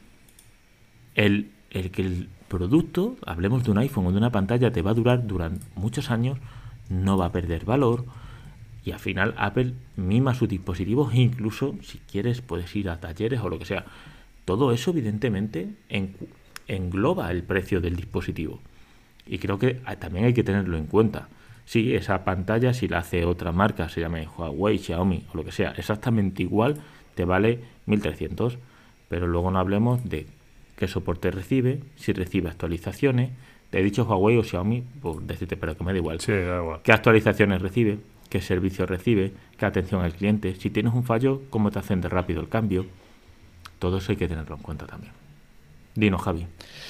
El que el producto, hablemos de un iPhone o de una pantalla, te va a durar durante muchos años, no va a perder valor. Y al final Apple mima sus dispositivos e incluso, si quieres, puedes ir a talleres o lo que sea. Todo eso, evidentemente, engloba el precio del dispositivo. Y creo que también hay que tenerlo en cuenta. Sí, esa pantalla, si la hace otra marca, se llame Huawei, Xiaomi o lo que sea, exactamente igual, te vale 1.300. Pero luego no hablemos de qué soporte recibe, si recibe actualizaciones. Te he dicho Huawei o Xiaomi, por decirte, pero que me da igual. Sí, da igual. ¿Qué actualizaciones recibe? ¿Qué servicio recibe? ¿Qué atención al cliente? Si tienes un fallo, ¿cómo te hacen de rápido el cambio? Todo eso hay que tenerlo en cuenta también. Dinos, Javi.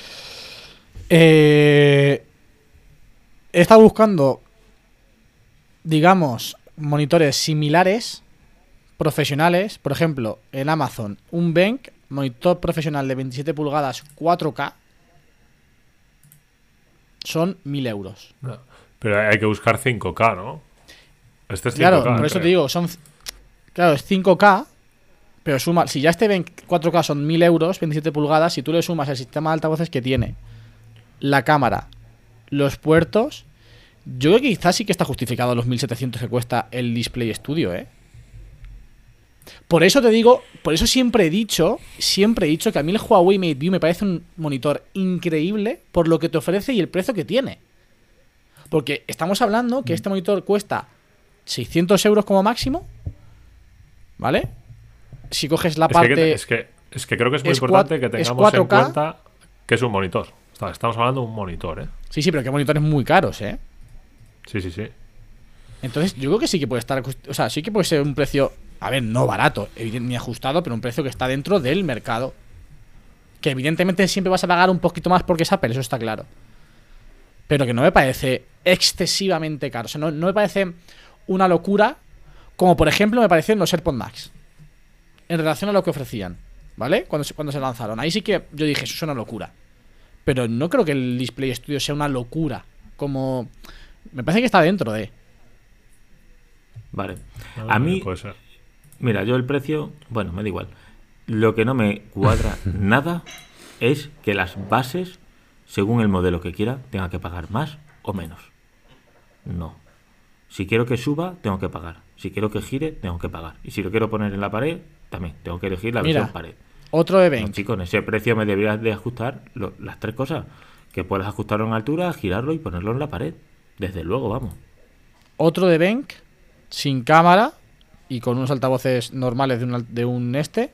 He estado buscando, digamos, monitores similares, profesionales. Por ejemplo, en Amazon, un Benq, monitor profesional de 27 pulgadas 4K, son 1.000 euros. No, pero hay que buscar 5K, ¿no? Este es 5K. Claro, por eso te digo, claro, es 5K, pero suma, si ya este Benq 4K son 1.000 euros, 27 pulgadas, si tú le sumas el sistema de altavoces que tiene, la cámara, los puertos, yo creo que quizás sí que está justificado los 1.700 que cuesta el Display Studio, ¿eh? Por eso te digo, por eso siempre he dicho que a mí el Huawei MateView me parece un monitor increíble por lo que te ofrece y el precio que tiene. Porque estamos hablando que este monitor cuesta 600 euros como máximo, ¿vale? Si coges la parte... Es que creo que es muy es importante que es tengamos en 4K. cuenta que es un monitor. Estamos hablando de un monitor, ¿eh? Sí, pero que monitores muy caros, ¿eh? Sí, sí, sí. Entonces yo creo que sí que puede estar... O sea, sí que puede ser un precio... A ver, no barato, ni ajustado, pero un precio que está dentro del mercado. Que evidentemente siempre vas a pagar un poquito más porque es Apple, eso está claro. Pero que no me parece excesivamente caro. O sea, no me parece una locura, como por ejemplo me parecieron los AirPods Max, en relación a lo que ofrecían, ¿vale? Cuando se lanzaron. Ahí sí que yo dije, eso es una locura. Pero no creo que el Display Studio sea una locura. Como... Me parece que está dentro de... Vale. No, A mí... puede ser. Mira, yo el precio... Bueno, me da igual. Lo que no me cuadra nada es que las bases, según el modelo que quiera, tenga que pagar más o menos. No. Si quiero que suba, tengo que pagar. Si quiero que gire, tengo que pagar. Y si lo quiero poner en la pared, también tengo que elegir la versión pared. Otro de No, Benq. chicos, en ese precio me deberías de ajustar las tres cosas. Que puedas ajustarlo en altura, girarlo y ponerlo en la pared. Desde luego, vamos. Otro de Benq, sin cámara y con unos altavoces normales de un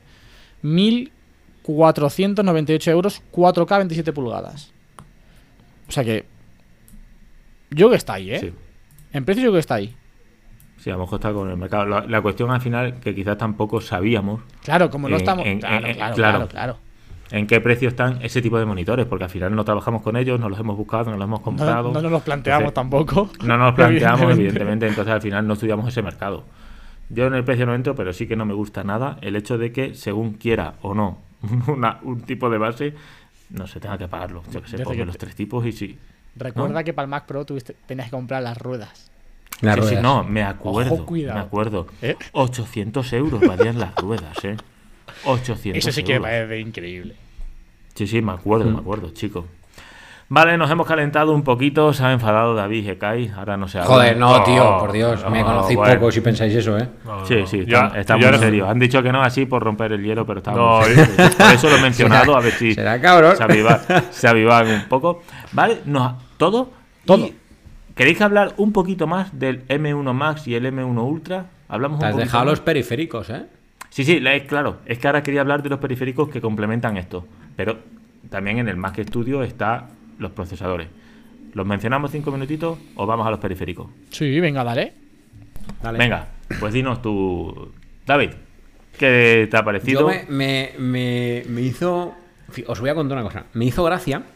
1.498 euros, 4K 27 pulgadas. O sea que... Yo creo que está ahí, ¿eh? Sí. En precio yo creo que está ahí. Sí, a lo mejor está con el mercado. La cuestión al final, que quizás tampoco sabíamos Claro, como no estamos... claro. Claro. en qué precio están ese tipo de monitores, porque al final no trabajamos con ellos, no los hemos buscado, no los hemos comprado. No nos los planteamos Entonces, tampoco. No nos planteamos, evidentemente, entonces al final no estudiamos ese mercado. Yo en el precio no entro, pero sí que no me gusta nada el hecho de que, según quiera o no un tipo de base, no se tenga que pagarlo. Yo que sé, Desde ponme que los tres tipos y sí. Recuerda ¿no? que para el Mac Pro tenías que comprar las ruedas. Las Sí, ruedas. no, me acuerdo. Ojo, cuidado. Me acuerdo. ¿Eh? 800 euros valían las ruedas, 800 Eso sí que me euros. parece increíble. Sí, me acuerdo, chicos. Vale, nos hemos calentado un poquito, se ha enfadado David y Kai, ahora no se habla. Joder, no, tío, por Dios. Me no, conocéis bueno. poco si pensáis eso, ¿eh? No, Sí, no. está muy serio. Han dicho que no así por romper el hielo, pero está No, muy serio. Por eso lo he mencionado, a ver si Será cabrón. se avivan un poco. Vale, todo. Todo. Y ¿queréis hablar un poquito más del M1 Max y el M1 Ultra? Hablamos Te un has poquito dejado más. los periféricos, ¿eh? Sí, claro. Es que ahora quería hablar de los periféricos que complementan esto. Pero también en el Mac Studio están los procesadores. ¿Los mencionamos 5 minutitos o vamos a los periféricos? Sí, venga, dale. Dale. Venga, pues dinos tú, David, ¿qué te ha parecido? Yo me hizo... Os voy a contar una cosa. Me hizo gracia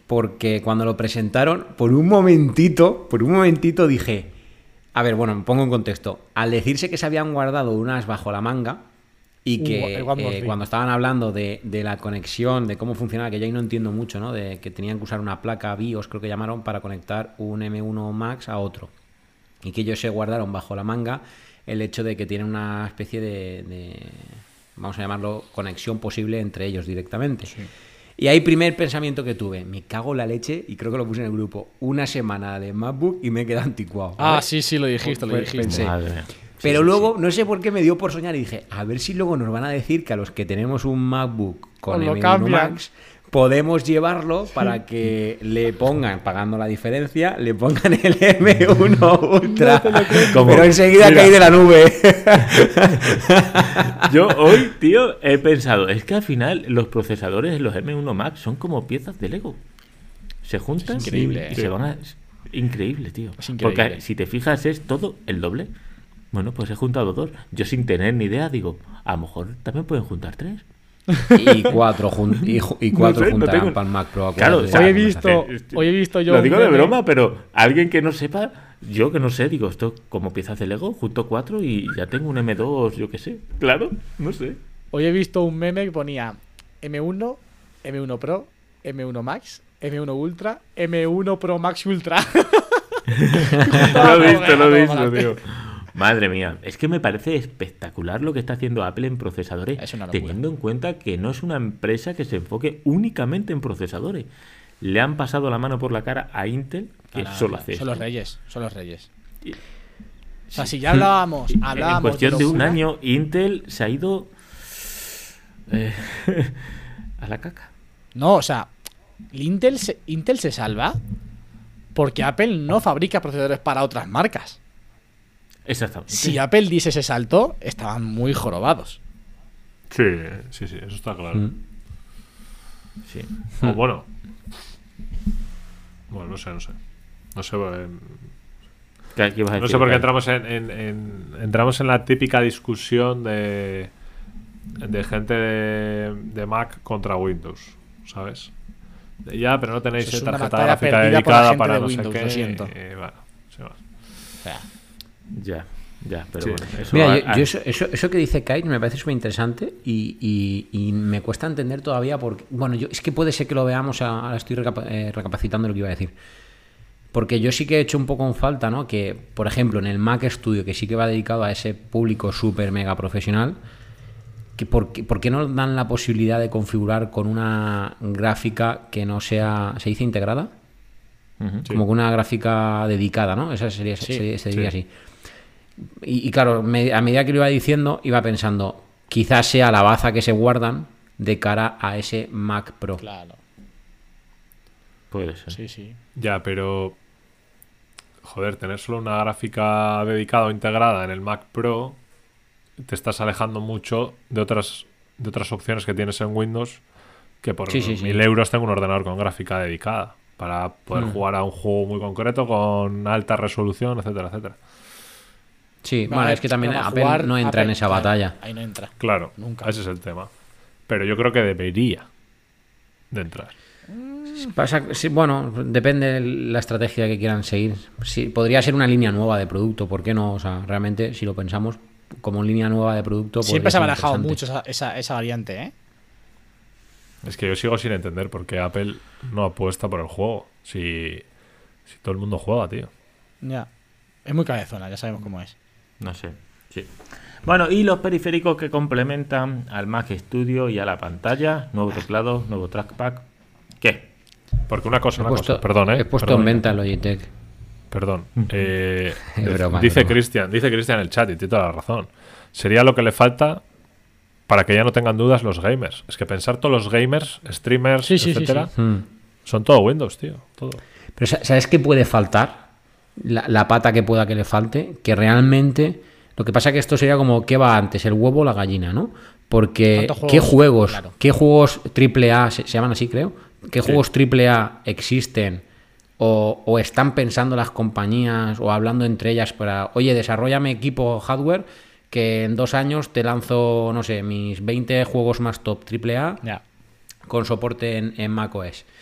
porque cuando lo presentaron, por un momentito dije, a ver, bueno, me pongo en contexto. Al decirse que se habían guardado unas bajo la manga y que cuando estaban hablando de la conexión, de cómo funcionaba, que yo ahí no entiendo mucho, ¿no? De que tenían que usar una placa BIOS, creo que llamaron, para conectar un M1 Max a otro. Y que ellos se guardaron bajo la manga el hecho de que tienen una especie de vamos a llamarlo, conexión posible entre ellos directamente. Sí. Y ahí primer pensamiento que tuve, me cago en la leche, y creo que lo puse en el grupo, una semana de MacBook y me he quedado anticuado. Ah, sí, lo dijiste, Pensé. Madre. Pero luego, no sé por qué me dio por soñar y dije, a ver si luego nos van a decir que a los que tenemos un MacBook con M1 Max podemos llevarlo para que le pongan, pagando la diferencia, le pongan el M1 Ultra. Pero enseguida caí de la nube. Yo hoy, tío, he pensado, es que al final los procesadores de los M1 Max son como piezas de Lego. Se juntan y se van a... Increíble, tío. Es increíble. Porque si te fijas es todo el doble. Bueno, pues he juntado 2. Yo sin tener ni idea digo, a lo mejor también pueden juntar 3. Y 4 juntarán para el Mac Pro. Claro, hoy he visto yo. Lo digo de broma, pero alguien que no sepa, yo que no sé, digo, esto como piezas de Lego, junto 4 y ya tengo un M2, yo qué sé. Claro, no sé. Hoy he visto un meme que ponía M1, M1 Pro, M1 Max, M1 Ultra, M1 Pro Max Ultra. Lo he visto, tío. Madre mía, es que me parece espectacular lo que está haciendo Apple en procesadores, teniendo en cuenta que no es una empresa que se enfoque únicamente en procesadores. Le han pasado la mano por la cara a Intel, que solo hace son esto. Son los reyes. O sea, si ya hablábamos en cuestión de un año, Intel se ha ido a la caca. No, o sea, Intel se salva porque Apple no fabrica procesadores para otras marcas. Exactamente. Si Apple dice ese salto, estaban muy jorobados. Sí, eso está claro. Sí. O bueno, no sé. No sé por qué entramos en la típica discusión de gente de Mac contra Windows, ¿sabes? Ya, pero no tenéis tarjeta gráfica dedicada para no sé qué. Lo siento. Bueno, se va. O sea, Ya, pero sí. Bueno. Eso mira, eso que dice Kite me parece súper interesante y me cuesta entender todavía porque... Bueno, es que puede ser que lo veamos, ahora estoy recapacitando lo que iba a decir. Porque yo sí que he hecho un poco en falta, ¿no? Que, por ejemplo, en el Mac Studio, que sí que va dedicado a ese público súper mega profesional, que ¿por qué no dan la posibilidad de configurar con una gráfica que no sea... ¿Se dice integrada? Como con una gráfica dedicada, ¿no? Esa sería así. Y claro, a medida que lo iba diciendo, iba pensando, quizás sea la baza que se guardan de cara a ese Mac Pro. Claro. Puede ser. Sí. Ya, pero... Joder, tener solo una gráfica dedicada o integrada en el Mac Pro, te estás alejando mucho de otras opciones que tienes en Windows, que por 1.000 euros tengo un ordenador con gráfica dedicada para poder jugar a un juego muy concreto con alta resolución, etcétera, etcétera. Sí, bueno, es que también Apple no entra en esa batalla. Ahí no entra. Claro, nunca. Ese es el tema. Pero yo creo que debería de entrar. Bueno, depende de la estrategia que quieran seguir. Sí, podría ser una línea nueva de producto, ¿por qué no? O sea, realmente, si lo pensamos como línea nueva de producto... Siempre se ha manejado mucho esa variante, ¿eh? Es que yo sigo sin entender por qué Apple no apuesta por el juego. Si todo el mundo juega, tío. Ya. Es muy cabezona, ya sabemos cómo es. No sé, sí. Bueno, y los periféricos que complementan al Mac Studio y a la pantalla. Nuevo teclado, nuevo trackpad. ¿Qué? Porque una cosa, perdón, He puesto en venta el Logitech. Perdón. Broma, dice Cristian en el chat, y tiene toda la razón. Sería lo que le falta para que ya no tengan dudas los gamers. Es que pensar todos los gamers, streamers, etcétera, son todo Windows, tío. Todo. Pero ¿sabes qué puede faltar? La pata que pueda que le falte, que realmente... Lo que pasa es que esto sería como, ¿qué va antes? ¿El huevo o la gallina, no? Porque, ¿qué juegos AAA, se llaman así, creo? ¿Qué juegos AAA existen o están pensando las compañías o hablando entre ellas para, oye, desarróllame equipo hardware que en 2 años te lanzo, no sé, mis 20 juegos más top AAA con soporte en macOS?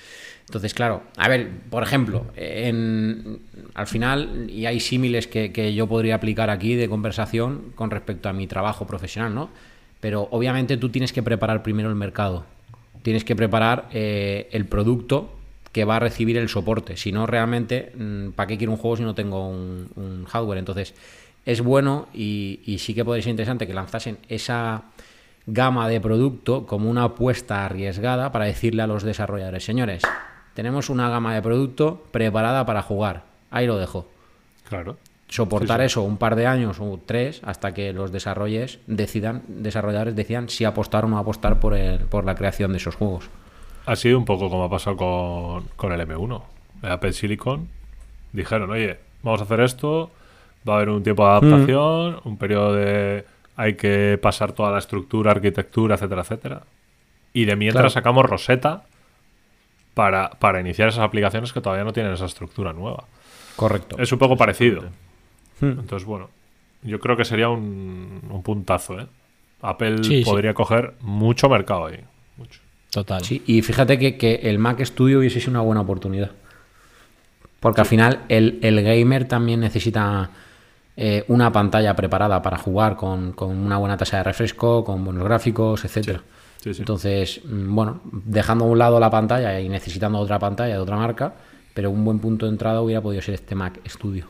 Entonces, claro, a ver, por ejemplo, al final, y hay símiles que yo podría aplicar aquí de conversación con respecto a mi trabajo profesional, ¿no? Pero obviamente tú tienes que preparar primero el mercado, tienes que preparar el producto que va a recibir el soporte. Si no, realmente, ¿para qué quiero un juego si no tengo un hardware? Entonces, es bueno y sí que podría ser interesante que lanzasen esa gama de producto como una apuesta arriesgada para decirle a los desarrolladores, señores, tenemos una gama de producto preparada para jugar. Ahí lo dejo. Claro. Soportar eso un par de años o 3 hasta que los desarrolladores decidan si apostar o no apostar por la creación de esos juegos. Ha sido un poco como ha pasado con el M1. El Apple Silicon dijeron, oye, vamos a hacer esto, va a haber un tiempo de adaptación, un periodo de... hay que pasar toda la estructura, arquitectura, etcétera, etcétera. Y de mientras sacamos Rosetta para iniciar esas aplicaciones que todavía no tienen esa estructura nueva. Correcto. Es un poco parecido. Entonces, bueno, yo creo que sería un puntazo, ¿eh? Apple podría coger mucho mercado ahí. Mucho. Total. Sí, y fíjate que el Mac Studio hubiese sido una buena oportunidad. Porque al final el gamer también necesita una pantalla preparada para jugar con una buena tasa de refresco, con buenos gráficos, etcétera. Sí, sí. Entonces, bueno, dejando a un lado la pantalla y necesitando otra pantalla de otra marca, pero un buen punto de entrada hubiera podido ser este Mac Studio.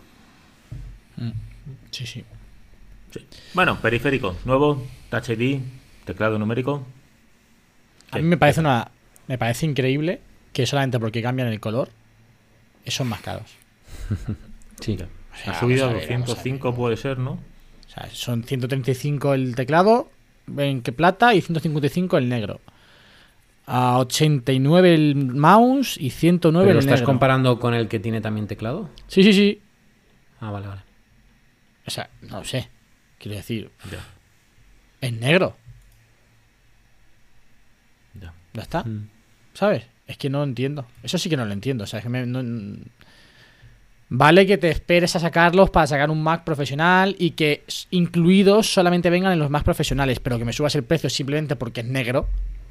Sí, sí. Sí. Bueno, periférico nuevo, Touch ID, teclado numérico. A mí me parece increíble que solamente porque cambian el color son más caros. Sí. O sea, Ha subido a vamos ver. 205 puede ser, ¿no? O sea, son 135 el teclado en que plata y 155 el negro. A 89 el mouse y 109 ¿Pero lo el estás negro. comparando con el que tiene también teclado? Sí, sí, sí. Ah, vale. O sea, no lo sé. Quiero decir, Ya. es negro. Ya. Ya está. ¿Sabes? Es que no entiendo. Eso sí que no lo entiendo. O sea, es que vale que te esperes a sacarlos para sacar un Mac profesional y que incluidos solamente vengan en los Mac profesionales, pero que me subas el precio simplemente porque es negro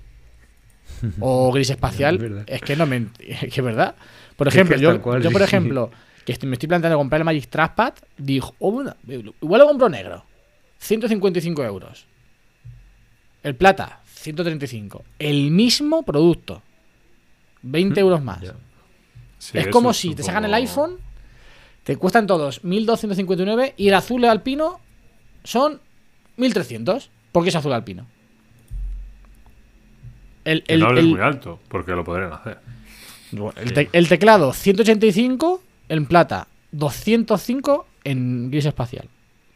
o gris espacial, es que no me... Es que es verdad. Por ejemplo, Es que yo, tal cual, yo sí, por sí. ejemplo, me estoy planteando comprar el Magic Trackpad, digo, bueno, igual lo compro negro. 155 euros. El plata, 135. El mismo producto. 20 euros más. Ya. Sí, es eso como es si un te sacan el poco- iPhone, te cuestan todos 1.259 y el azul alpino son 1.300. ¿Por qué es azul alpino? Que no es muy alto, porque lo podrían hacer. El teclado 185 en plata, 205 en gris espacial.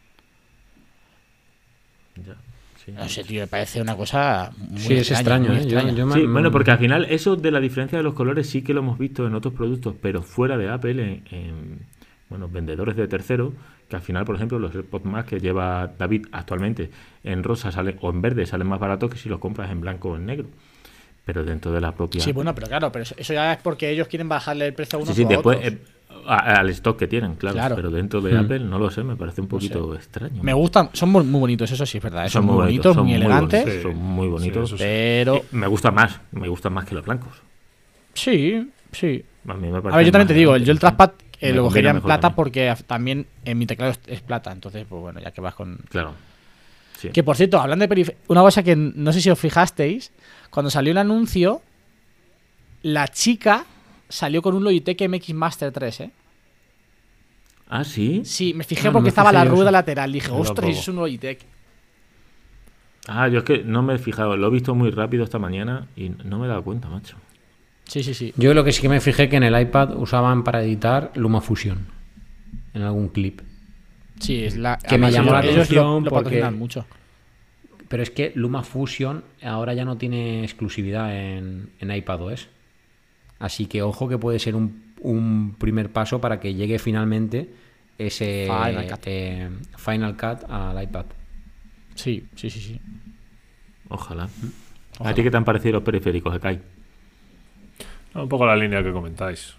Ya. Sí. No sé, tío, me parece una cosa muy Sí, es extraño, muy ¿eh? extraña. Sí, bueno, porque al final eso de la diferencia de los colores sí que lo hemos visto en otros productos, pero fuera de Apple, bueno, vendedores de terceros, que al final, por ejemplo, los AirPods Max que lleva David actualmente en rosa o en verde salen más baratos que si los compras en blanco o en negro. Pero dentro de la propia... Sí, bueno, pero claro, pero eso ya es porque ellos quieren bajarle el precio a unos Sí, o a después otros. al stock que tienen, claro. Pero dentro de Apple no lo sé, me parece un poquito extraño. Me gustan, son muy bonitos, eso sí es verdad. Son muy bonitos, son muy elegantes. bonitos, son muy bonitos. Sí, eso sí. Pero Me gustan más que los blancos. sí, sí. A mí me A ver, parecen yo también más te digo, elegantes. yo el trackpad Me lo combina cogería en mejor plata también. porque también en mi teclado es plata. Entonces, pues bueno, ya que vas con... Claro. Sí. Que por cierto, hablando de una cosa que no sé si os fijasteis, cuando salió el anuncio, la chica salió con un Logitech MX Master 3, ¿eh? Ah, sí. Sí, me fijé Ah, no porque me estaba fijé la yo rueda eso. lateral. Dije, Yo ostras, tampoco. es un Logitech. Ah, yo es que no me he fijado. Lo he visto muy rápido esta mañana y no me he dado cuenta, macho. Sí, sí, sí. Yo lo que sí que me fijé que en el iPad usaban para editar LumaFusion en algún clip. Sí, es la... Que me además, llamó la ellos atención lo porque- patrocinan mucho. Pero es que LumaFusion ahora ya no tiene exclusividad en iPadOS. Así que ojo que puede ser un primer paso para que llegue finalmente ese Final Cut al iPad. Sí, sí, sí, sí. Ojalá. Ojalá. ¿A ti qué te han parecido los periféricos, Ekai? Un poco la línea que comentáis.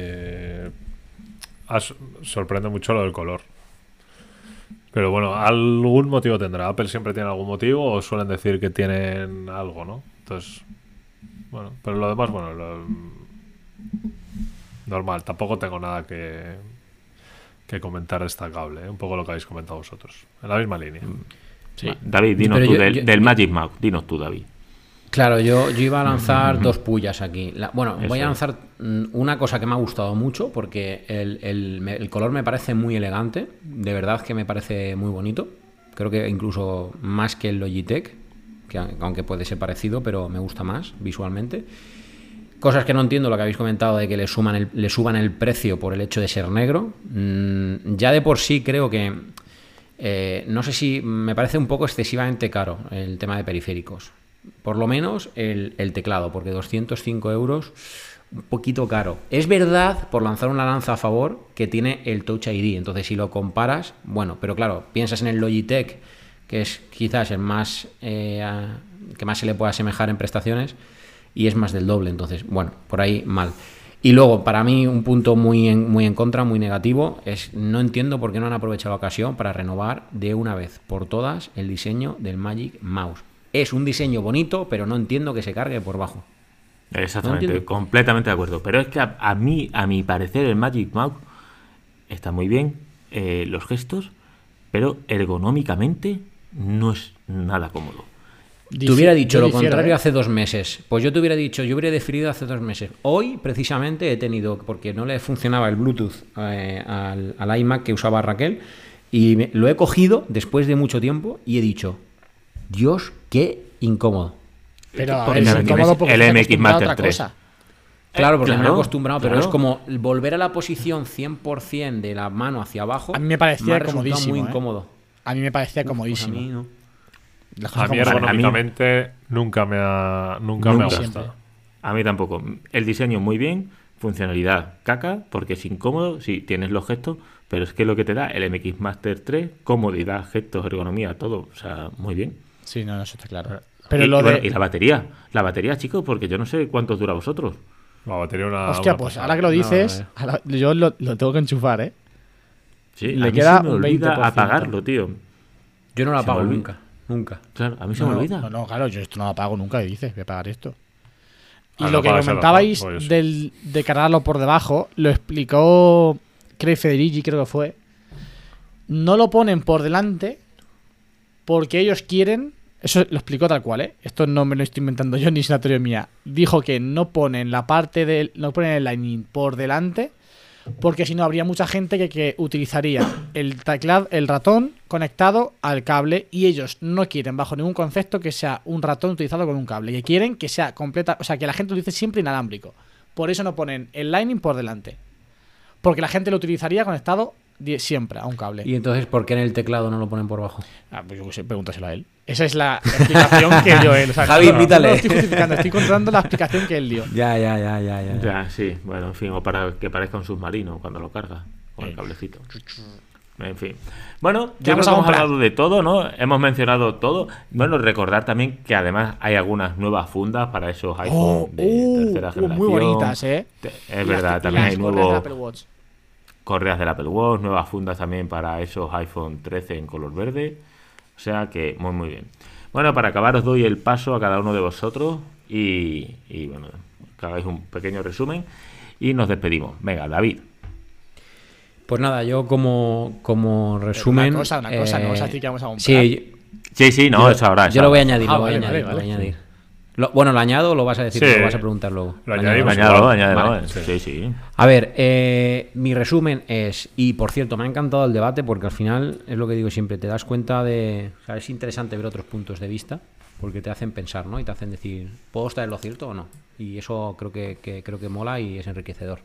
Sorprende mucho lo del color. Pero bueno, algún motivo tendrá. Apple siempre tiene algún motivo o suelen decir que tienen algo, ¿no? Entonces, bueno, pero lo demás, bueno, Normal, tampoco tengo nada que comentar destacable, ¿eh? Un poco lo que habéis comentado vosotros. En la misma línea. Sí. David, dinos Pero tú yo- del Magic Mouse. Dinos tú, David. Claro, yo iba a lanzar dos pullas aquí. Voy Eso a es. lanzar una cosa que me ha gustado mucho porque el color me parece muy elegante. De verdad que me parece muy bonito. Creo que incluso más que el Logitech, que aunque puede ser parecido, pero me gusta más visualmente. Cosas que no entiendo, lo que habéis comentado de que le suban el precio por el hecho de ser negro. Ya de por sí creo que no sé si me parece un poco excesivamente caro el tema de periféricos. Por lo menos el teclado, porque 205 euros, un poquito caro. Es verdad, por lanzar una lanza a favor, que tiene el Touch ID. Entonces, si lo comparas, bueno, pero claro, piensas en el Logitech, que es quizás el más que más se le puede asemejar en prestaciones, y es más del doble. Entonces, bueno, por ahí mal. Y luego, para mí, un punto muy en contra, muy negativo, es no entiendo por qué no han aprovechado la ocasión para renovar de una vez por todas el diseño del Magic Mouse. Es un diseño bonito, pero no entiendo que se cargue por bajo. Exactamente, entiendo. completamente de acuerdo. Pero es que a mi parecer, el Magic Mouse está muy bien, los gestos, pero ergonómicamente no es nada cómodo. Te hubiera dicho Yo lo difiero, contrario ¿eh? hace 2 meses. Pues yo te hubiera dicho, yo hubiera definido hace 2 meses. Hoy, precisamente, he tenido, porque no le funcionaba el Bluetooth al iMac que usaba Raquel, y lo he cogido después de mucho tiempo y he dicho, Dios, qué incómodo. Pero a Porque ver, es el incómodo porque el estás MX acostumbrado a Master otra 3. cosa. Claro, porque me he claro, acostumbrado, pero claro. es como volver a la posición 100% de la mano hacia abajo. A mí me parecía ha resultado comodísimo, muy ¿eh? incómodo. A mí me parecía Pues a comodísimo. mí no. Las A cosas mí como son. ergonómicamente nunca me ha Nunca. gustado. Siempre. A mí tampoco. El diseño muy bien, funcionalidad caca, porque es incómodo, sí, tienes los gestos, pero es que lo que te da el MX Master 3, comodidad, gestos, ergonomía, todo, o sea, muy bien. Sí, no, eso está claro. Pero y, lo bueno, de... y la batería, chicos, porque yo no sé cuántos dura vosotros. La batería Hostia, una pues pasada. ahora que lo dices, yo lo tengo que enchufar, ¿eh? Sí, Le a mí queda se me un olvida 20%. apagarlo, tío. Yo no lo Se me apago olvida. nunca. Nunca. Claro, a mí se No, me no, olvida. no, claro, yo esto no lo apago nunca, ¿qué dices? Voy a pagar esto. Y Ah, lo no que apagas el comentabais otro, pues yo sí. de cargarlo por debajo, lo explicó Craig Federici, creo que fue. No lo ponen por delante porque ellos quieren... Eso lo explicó tal cual, ¿eh? Esto no me lo estoy inventando yo ni es una teoría mía. Dijo que no ponen la parte del... No ponen el Lightning por delante porque si no habría mucha gente que utilizaría el teclado, el ratón conectado al cable y ellos no quieren bajo ningún concepto que sea un ratón utilizado con un cable, que quieren que sea completa, o sea, que la gente lo utilice siempre inalámbrico. Por eso no ponen el Lightning por delante. Porque la gente lo utilizaría conectado siempre a un cable. Y entonces, ¿por qué en el teclado no lo ponen por bajo? Ah, pues yo qué sé, pregúntaselo a él. Esa es la explicación que dio él. O sea, Javi, no, invítale. No lo estoy justificando, estoy contando la explicación que él dio. Ya. Ya, sí, bueno, en fin, o para que parezca un submarino cuando lo carga, con el cablecito. En fin. Bueno, ¿Qué ya vamos hemos a comprar? hablado de todo, ¿no? Hemos mencionado todo. Bueno, recordar también que además hay algunas nuevas fundas para esos iPhone de tercera generación. Muy bonitas, ¿eh? Es verdad, también hay nuevos nuevos Apple Watch. correas del Apple Watch, nuevas fundas también para esos iPhone 13 en color verde. O sea que muy bien. Bueno, para acabar os doy el paso a cada uno de vosotros y bueno, que hagáis un pequeño resumen y nos despedimos. Venga, David. Pues nada, yo como resumen... Una cosa, no vas a decir que vamos a comprar. Sí, Sí, no, es ahora. yo lo voy a añadir, Ah, lo voy a vale, añadir, vale, lo voy a vale. añadir. Bueno, ¿lo añado o lo vas a decir? Sí. Lo vas a preguntar luego. Lo añado. añadimos. Añádelo, igual. añádelo. Vale. Sí. A ver, mi resumen es, y por cierto, me ha encantado el debate porque al final es lo que digo siempre, te das cuenta de, o sea, es interesante ver otros puntos de vista porque te hacen pensar, ¿no? Y te hacen decir, ¿puedo estar en lo cierto o no? Y eso creo que mola y es enriquecedor.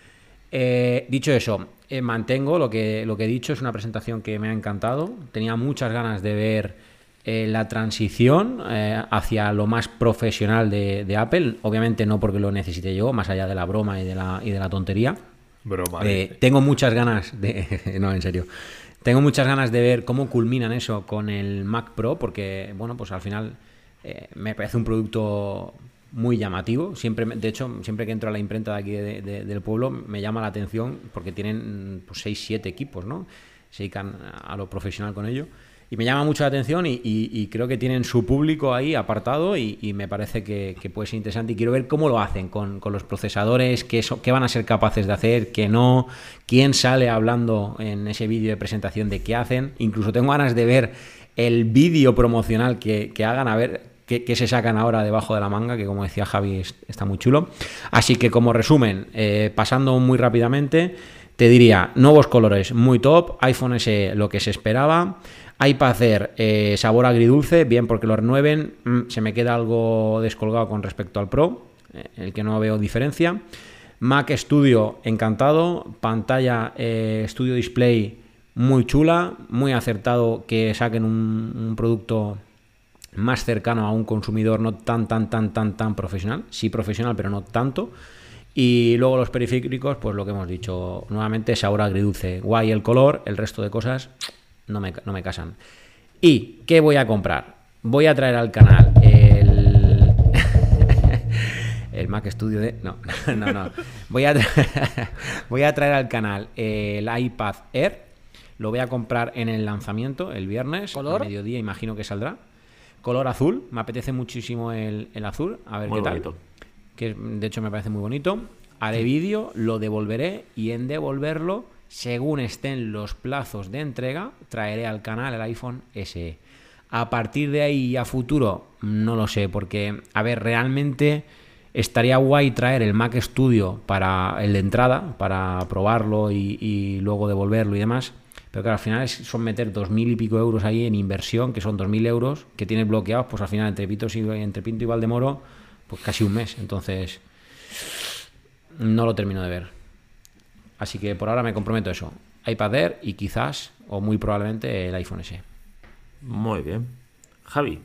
Dicho eso, mantengo lo que he dicho, es una presentación que me ha encantado, tenía muchas ganas de ver la transición hacia lo más profesional de Apple, obviamente no porque lo necesite yo, más allá de la broma y de la tontería. Broma. Tengo muchas ganas de... no, en serio. Tengo muchas ganas de ver cómo culminan eso con el Mac Pro, porque, bueno, pues al final me parece un producto muy llamativo. De hecho, siempre que entro a la imprenta de aquí del pueblo me llama la atención porque tienen pues, 6-7 equipos, ¿no? Se dedican a lo profesional con ello. Y me llama mucho la atención y creo que tienen su público ahí apartado y me parece que puede ser interesante. Y quiero ver cómo lo hacen con los procesadores, qué van a ser capaces de hacer, qué no, quién sale hablando en ese vídeo de presentación de qué hacen. Incluso tengo ganas de ver el vídeo promocional que hagan, a ver qué se sacan ahora debajo de la manga, que como decía Javi está muy chulo. Así que como resumen, pasando muy rápidamente, te diría, nuevos colores, muy top, iPhone SE lo que se esperaba, iPad Air, sabor agridulce, bien porque lo renueven, se me queda algo descolgado con respecto al Pro, el que no veo diferencia. Mac Studio, encantado, pantalla Studio Display muy chula, muy acertado que saquen un producto más cercano a un consumidor no tan profesional, sí profesional pero no tanto. Y luego los periféricos, pues lo que hemos dicho, nuevamente sabor agridulce, guay el color, el resto de cosas no me casan. ¿Y qué voy a comprar? Voy a traer al canal el Mac Studio de... No. Voy a traer al canal el iPad Air. Lo voy a comprar en el lanzamiento el viernes. ¿Color? A mediodía imagino que saldrá. Color azul. Me apetece muchísimo el azul. A ver Muy qué tal. bonito. Que de hecho me parece muy bonito. Haré vídeo, lo devolveré y en devolverlo, según estén los plazos de entrega, traeré al canal el iPhone SE. A partir de ahí a futuro, no lo sé, porque, a ver, realmente estaría guay traer el Mac Studio para el de entrada, para probarlo y luego devolverlo y demás. Pero claro, al final son meter 2.000 y pico euros ahí en inversión, que son 2.000 euros, que tienes bloqueados, pues al final entre Pinto y Valdemoro, pues casi un mes. Entonces, no lo termino de ver. Así que por ahora me comprometo a eso. iPad Air y quizás, o muy probablemente, el iPhone SE. Muy bien. Javi.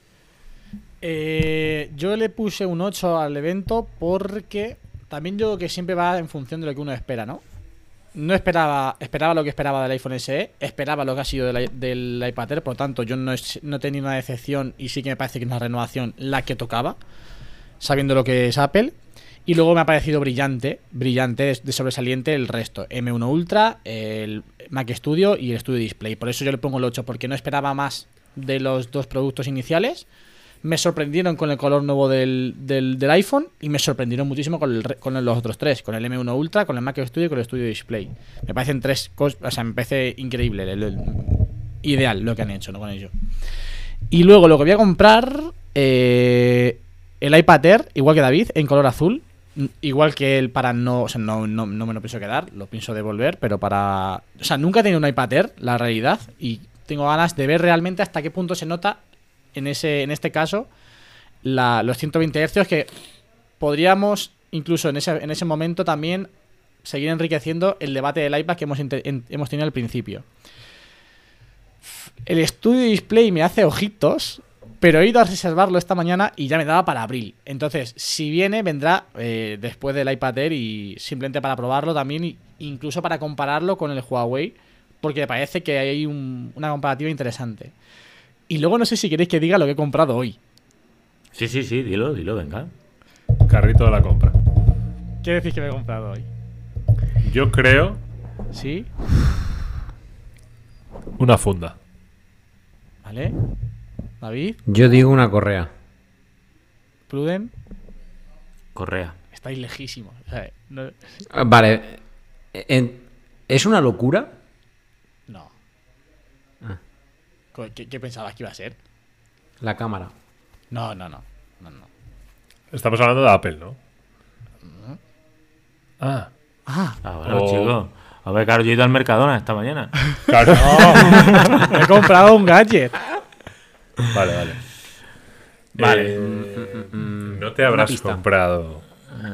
Yo le puse un 8 al evento porque también yo creo que siempre va en función de lo que uno espera, ¿no? No esperaba lo que esperaba del iPhone SE, esperaba lo que ha sido del iPad Air, por lo tanto yo no he tenido una decepción y sí que me parece que es una renovación la que tocaba, sabiendo lo que es Apple. Y luego me ha parecido brillante de sobresaliente el resto, M1 Ultra, el Mac Studio y el Studio Display. Por eso yo le pongo el 8, porque no esperaba más de los dos productos iniciales. Me sorprendieron con el color nuevo del iPhone y me sorprendieron muchísimo con los otros tres, con el M1 Ultra, con el Mac Studio y con el Studio Display. Me parecen tres cosas, o sea, me parece increíble, ideal lo que han hecho, ¿no? Con ello. Y luego lo que voy a comprar, el iPad Air, igual que David, en color azul. Igual que él, para no me lo pienso quedar, lo pienso devolver, pero para... O sea, nunca he tenido un iPad Air, la realidad, y tengo ganas de ver realmente hasta qué punto se nota en este caso los 120 Hz, que podríamos incluso en ese momento también seguir enriqueciendo el debate del iPad que hemos tenido al principio. El Studio Display me hace ojitos, pero he ido a reservarlo esta mañana y ya me daba para abril. Entonces, si vendrá después del iPad Air y simplemente para probarlo también, e incluso para compararlo con el Huawei, porque me parece que hay una comparativa interesante. Y luego no sé si queréis que diga lo que he comprado hoy. Sí, dilo, venga. Carrito de la compra. ¿Qué decís que me he comprado hoy? Yo creo ¿Sí? una funda. ¿Vale? David, Yo digo una correa. Pruden, Correa. estáis lejísimos. O sea, no. Vale. ¿Es una locura? No. Ah. ¿Qué pensabas que iba a ser? La cámara. No. Estamos hablando de Apple, ¿no? Ah, Bueno, chicos. A ver, claro, yo he ido al Mercadona esta mañana. claro. He comprado un gadget. Vale. Vale. No te habrás pista. comprado.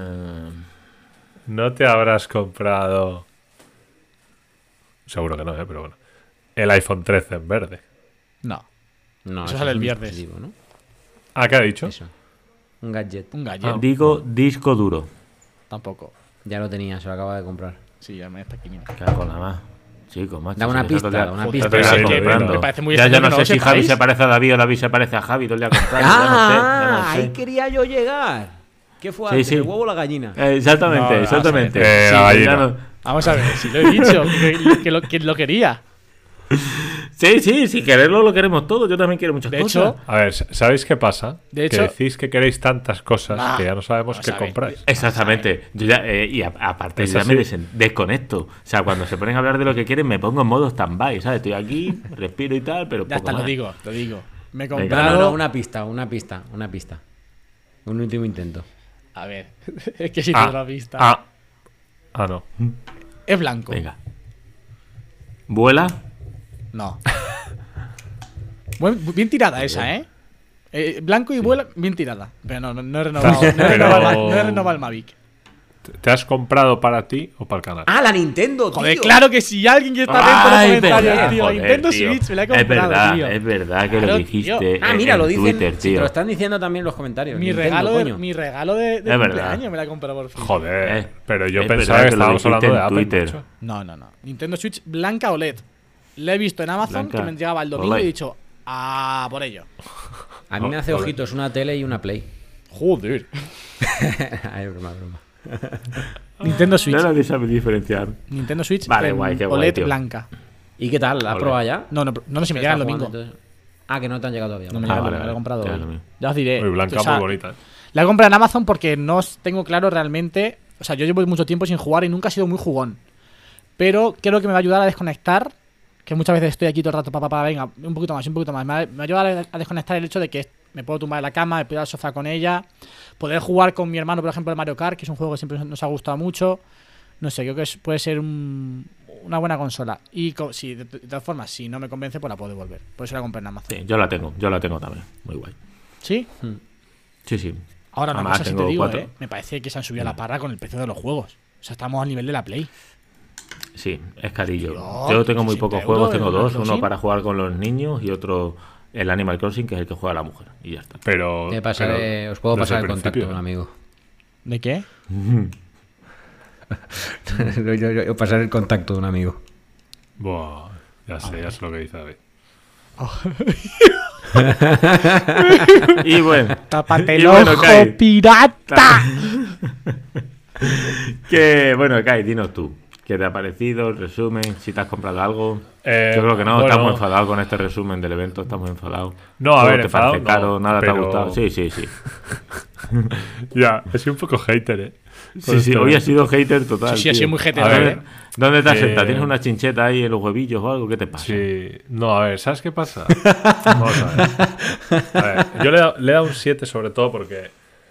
No te habrás comprado. Seguro que no, pero bueno. El iPhone 13 en verde. No. No, Eso sale es el un viernes. dispositivo, ¿no? ¿Ah, qué ha dicho? Eso. Un gadget. Un gadget. Digo disco duro. Tampoco. Ya lo tenía, se lo acaba de comprar. Sí, ya me está aquí. Mira. Cago en la más. Chicos, macho. Da una si eso pista, todo el día- una todo pista. el día Sí, comprando. me parece muy ya extraño no que sé no si lo Javi sepáis. se parece a David o David se parece a Javi todo el día comprando. ya no sé. Ahí quería yo llegar. ¿Qué fue Sí, antes, sí. el huevo o la gallina? Exactamente, No, exactamente. la Sí, gallina. ya no- Vamos a ver, si lo he dicho, que lo quería. Sí, si quererlo lo queremos todo. Yo también quiero muchas De cosas. hecho, A ver, ¿sabéis qué pasa? De hecho- que decís que queréis tantas cosas Ah, que ya no sabemos no qué sabéis. compráis. Exactamente. Yo ya, aparte, Es yo ya me así. desconecto. O sea, cuando se ponen a hablar de lo que quieren, me pongo en modo stand-by, ¿sabes? Estoy aquí, respiro y tal, pero ya poco está, más. lo digo. Me he Venga. comprado. No, una pista. Un último intento. A ver, es que si te lo vista. No. Es blanco. Venga. ¿Vuela? No. Bien tirada esa, ¿eh? Blanco y vuela, bien tirada. Pero no he renovado. Pero- No he renovado el Mavic. ¿Te has comprado para ti o para el canal? ¡Ah, la Nintendo, Joder, tío! claro que si alguien que está dentro de Ay, los comentarios, verdad, tío. La joder, Nintendo tío. Switch me la he Es comprado, verdad, tío. es verdad que Claro, lo dijiste. tío. Ah, mira, en lo dicen. Twitter, Si te tío. lo están diciendo también en los comentarios. Mi Nintendo, regalo, coño. mi regalo de verdad. cumpleaños me la he comprado por fin. Joder, pero yo es pensaba verdad que que lo estábamos dijiste hablando de en Apple. Twitter. macho. No. Nintendo Switch blanca OLED. La he visto en Amazon, Blanca que me llegaba el domingo OLED. y he dicho, por ello. A mí me hace Joder. ojitos una tele y una Play. Joder. Ay, broma. Nintendo Switch. No nadie sabe diferenciar. Nintendo Switch Vale, en guay, qué guay, OLED tío. blanca. ¿Y qué tal? ¿La has Ole. probado ya? No, si me llega el domingo. Ah, que no te han llegado todavía. No me Vale. llega, vale, me la he vale. comprado Ya hoy. lo mismo. Ya os diré. Muy blanca, O sea, muy bonita. la he comprado en Amazon porque no tengo claro realmente. O sea, yo llevo mucho tiempo sin jugar y nunca he sido muy jugón. Pero creo que me va a ayudar a desconectar. Que muchas veces estoy aquí todo el rato, venga, un poquito más. Me va a ayudar a desconectar el hecho de que me puedo tumbar en la cama, me puedo ir al sofá con ella. Poder jugar con mi hermano, por ejemplo, el Mario Kart, que es un juego que siempre nos ha gustado mucho. No sé, creo que puede ser una buena consola. Y si de todas formas, si no me convence, pues la puedo devolver. Por eso la compré en Amazon. Sí, yo la tengo también. Muy guay. ¿Sí? Sí. Ahora una Además, cosa sí te tengo digo, 4. me parece que se han subido la parra con el precio de los juegos. O sea, estamos al nivel de la Play. Sí, es carillo. Tío, Yo tengo muy 60 pocos euros juegos, tengo en dos. Animal Uno Crossing. para jugar con los niños y otro el Animal Crossing, que es el que juega la mujer. Y ya está. Pero. Os puedo pasar el desde contacto de principio. un amigo. ¿De qué? Yo pasar el contacto de un amigo. Buah, ya sé lo que dice David. Y bueno, ¡Tápate Y el bueno, ojo, Kai. pirata! Kai, dinos tú. ¿Qué te ha parecido? El resumen, si te has comprado algo. Yo creo que no, bueno, estamos enfadados con este resumen del evento, estamos enfadados. No, a Todo ver, te enfadado parece no, caro, nada te ha pero- gustado. Sí. Ya, he sido un poco hater, ¿eh? Sí, hoy has sido hater total. Sí, ha tío. sido muy hater, A ver, ¿eh? ¿Dónde te has que- sentado? ¿Tienes una chincheta ahí en los huevillos o algo? ¿Qué te pasa? Sí. No, a ver, ¿sabes qué pasa? Vamos a ver. A ver, yo le he dado un 7 sobre todo porque...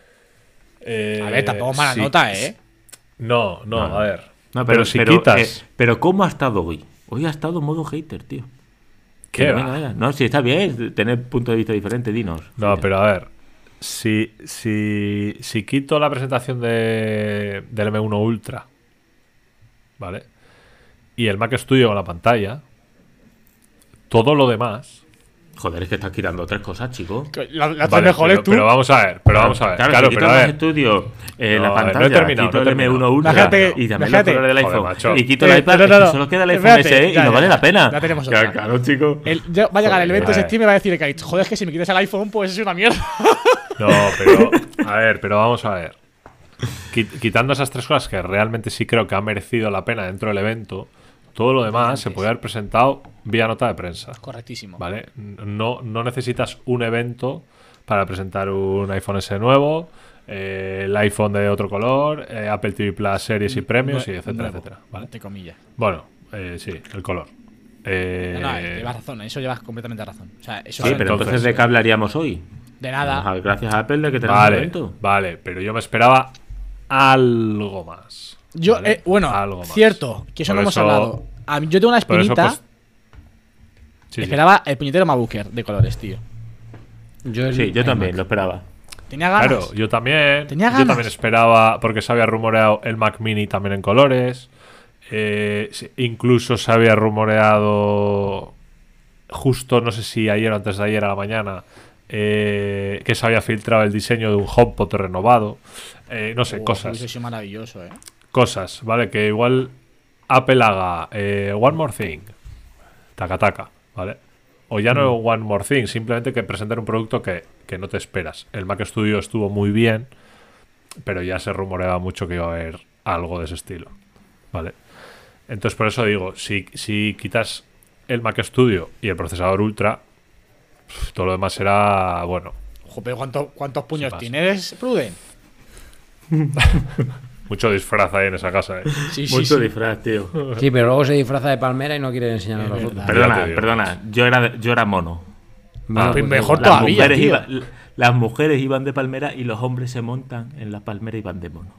A ver, tampoco mala sí, nota, ¿eh? No, a ver. No, pero si quitas... pero ¿cómo ha estado hoy? Hoy ha estado en modo hater, tío. ¿Qué Venga, va? venga. No, sí, está bien tener punto de vista diferente, dinos. No, pero a ver. Si quito la presentación del M1 Ultra, ¿vale? Y el Mac Studio con la pantalla, todo lo demás... Joder, es que estás quitando tres cosas, chico. Las tres Vale, mejores tú. pero vamos a ver, Claro, Claro, si pero a quitas ver. estudio, No, la a ver, pantalla, no he terminado, quito no he el M1 terminado. Ultra Imagínate, y también los imagínate. colores del Joder, iPhone. macho. Y quito el iPad, no, es que solo queda el iPhone Espérate, SE y ya, no ya. vale la pena. Ya tenemos otra. Claro, chico. Va a llegar el evento de Joder. Steam y me va a decir que joder, es que si me quitas el iPhone, pues es una mierda. No, pero. A ver, pero vamos a ver. Quitando esas tres cosas que realmente sí creo que han merecido la pena dentro del evento, todo lo demás se puede haber presentado vía nota de prensa. Correctísimo. ¿Vale? No necesitas un evento para presentar un iPhone SE nuevo, el iPhone de otro color, Apple TV Plus series y premios, y etcétera, Nuevo, etcétera. ¿Vale? Entre comillas. Bueno, sí, el color. No, llevas razón, eso llevas completamente razón. O sea, eso Sí, es- pero entonces ¿de qué hablaríamos hoy? de nada. Gracias a Apple de que tenemos un Vale, evento. vale, pero yo me esperaba algo más. Yo, ¿vale? bueno, Algo más. cierto, que eso Por no hemos eso- hablado. Yo tengo una Por eso, espinita. pues, sí, sí. Esperaba el puñetero Mabuker de colores, tío. Sí, yo también lo esperaba. Tenía ganas. Claro, yo también. Tenía Yo ganas. también esperaba, porque se había rumoreado el Mac Mini también en colores. Incluso se había rumoreado justo, no sé si ayer o antes de ayer a la mañana, que se había filtrado el diseño de un HomePod renovado. No sé, cosas. Hubiese sido maravilloso, Cosas, ¿vale? Que igual Apple haga One More Thing. Taca, taca, ¿vale? O ya no One More Thing, simplemente que presenten un producto que no te esperas. El Mac Studio estuvo muy bien, pero ya se rumoreaba mucho que iba a haber algo de ese estilo, ¿vale? Entonces, por eso digo, si quitas el Mac Studio y el procesador Ultra, todo lo demás será, bueno, Joder, ¿cuántos puños pasa. tienes, Pruden? mucho disfraz ahí en esa casa. Sí, Mucho disfraz, tío. Sí, pero luego se disfraza de palmera y no quiere enseñarnos las fotos. Pero- Perdona, te digo. perdona. Yo era mono. Bueno, pues pues mejor igual. todavía, tío. Las mujeres iban de palmera y los hombres se montan en la palmera y van de mono.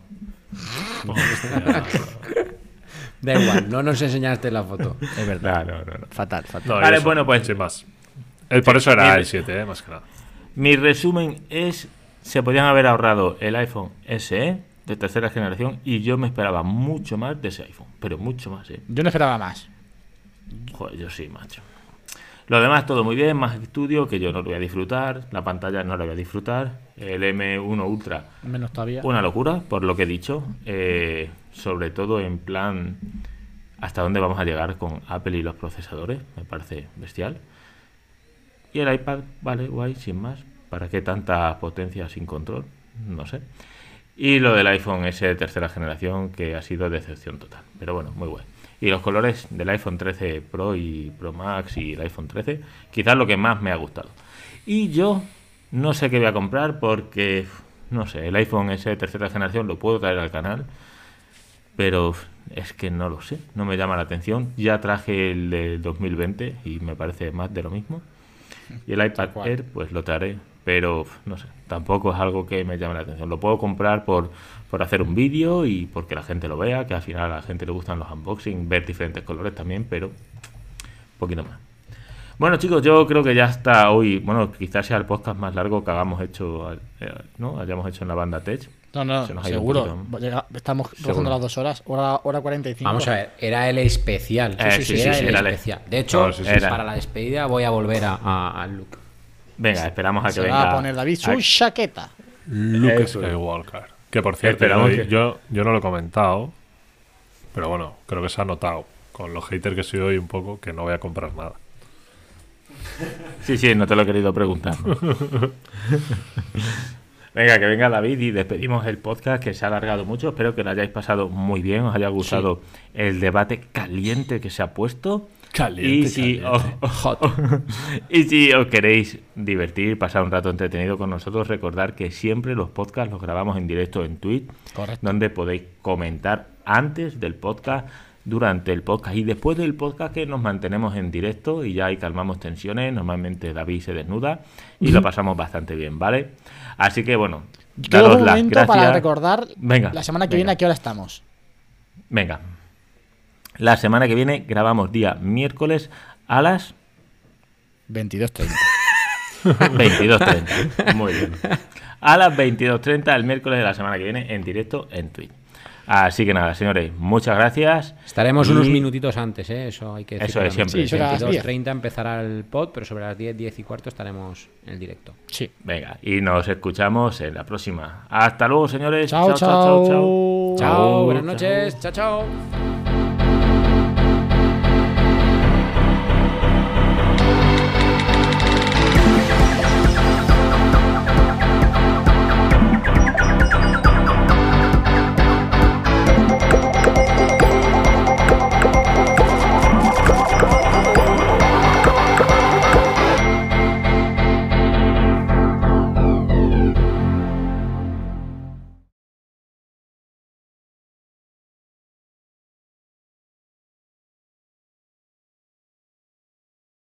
Da igual, no nos enseñaste la foto. Es verdad. No. Fatal, fatal. No, y Vale, eso, bueno, pues- sin más. Por eso era mi- el 7, más que nada. Mi resumen es, se podían haber ahorrado el iPhone SE de tercera generación y yo me esperaba mucho más de ese iPhone, pero mucho más, ¿eh? Yo no esperaba más. Joder, yo sí, macho. Lo demás todo muy bien, más estudio que yo no lo voy a disfrutar, la pantalla no la voy a disfrutar, el M1 Ultra Menos todavía. una locura, por lo que he dicho, sobre todo en plan hasta dónde vamos a llegar con Apple y los procesadores, me parece bestial. Y el iPad, vale, guay, sin más. ¿Para qué tanta potencia sin control? No sé. Y lo del iPhone S de tercera generación, que ha sido decepción total. Pero bueno, muy guay. Y los colores del iPhone 13 Pro y Pro Max y el iPhone 13, quizás lo que más me ha gustado. Y yo no sé qué voy a comprar porque, no sé, el iPhone S de tercera generación lo puedo traer al canal, pero es que no lo sé, no me llama la atención. Ya traje el de 2020 y me parece más de lo mismo. Y el iPad Tal cual. Air, pues lo traeré, pero no sé, tampoco es algo que me llame la atención. Lo puedo comprar por hacer un vídeo y porque la gente lo vea, que al final a la gente le gustan los unboxing, ver diferentes colores también, pero un poquito más. Bueno, chicos, yo creo que ya está hoy. Bueno, quizás sea el podcast más largo que hayamos hecho, ¿no? Hayamos hecho en la banda Tech. No, Se nos ha ido un seguro. poquito. Estamos Seguro. rozando las 2 horas. Hora 45. Vamos a ver, era el especial. Sí, era el era el- especial. De hecho, Claro, sí, sí, sí. para la despedida voy a volver al look. Venga, esperamos a que Se venga. va a poner David su chaqueta. Luke Eso es. Skywalker. Que por cierto, Esperamos yo, que- yo no lo he comentado, pero bueno, creo que se ha notado con los haters que soy hoy un poco que no voy a comprar nada. Sí, no te lo he querido preguntar. Venga, que venga David y despedimos el podcast que se ha alargado mucho. Espero que lo hayáis pasado muy bien, os haya gustado el debate caliente que se ha puesto. Caliente, Y si, caliente. y si os queréis divertir, pasar un rato entretenido con nosotros, recordad que siempre los podcasts los grabamos en directo en Twitch, Correcto. donde podéis comentar antes del podcast, durante el podcast y después del podcast, que nos mantenemos en directo y ya ahí calmamos tensiones. Normalmente David se desnuda y lo pasamos bastante bien, ¿vale? Así que bueno, Quedo daros un las momento gracias. para recordar Venga, la semana que venga. viene a qué hora estamos. Venga. La semana que viene grabamos día miércoles a las 22:30. 22:30. Muy bien. A las 22:30 el miércoles de la semana que viene en directo en Twitch. Así que nada, señores, muchas gracias. Estaremos Y- unos minutitos antes, eso hay que decirlo. Eso es, también. siempre. Sí, sobre las 10. 22:30 empezará el pod, pero sobre las 10, 10 y cuarto estaremos en el directo. Sí. Venga, y nos escuchamos en la próxima. Hasta luego, señores. Chao, chao. Chao, Chao, buenas chao. noches, chao, chao.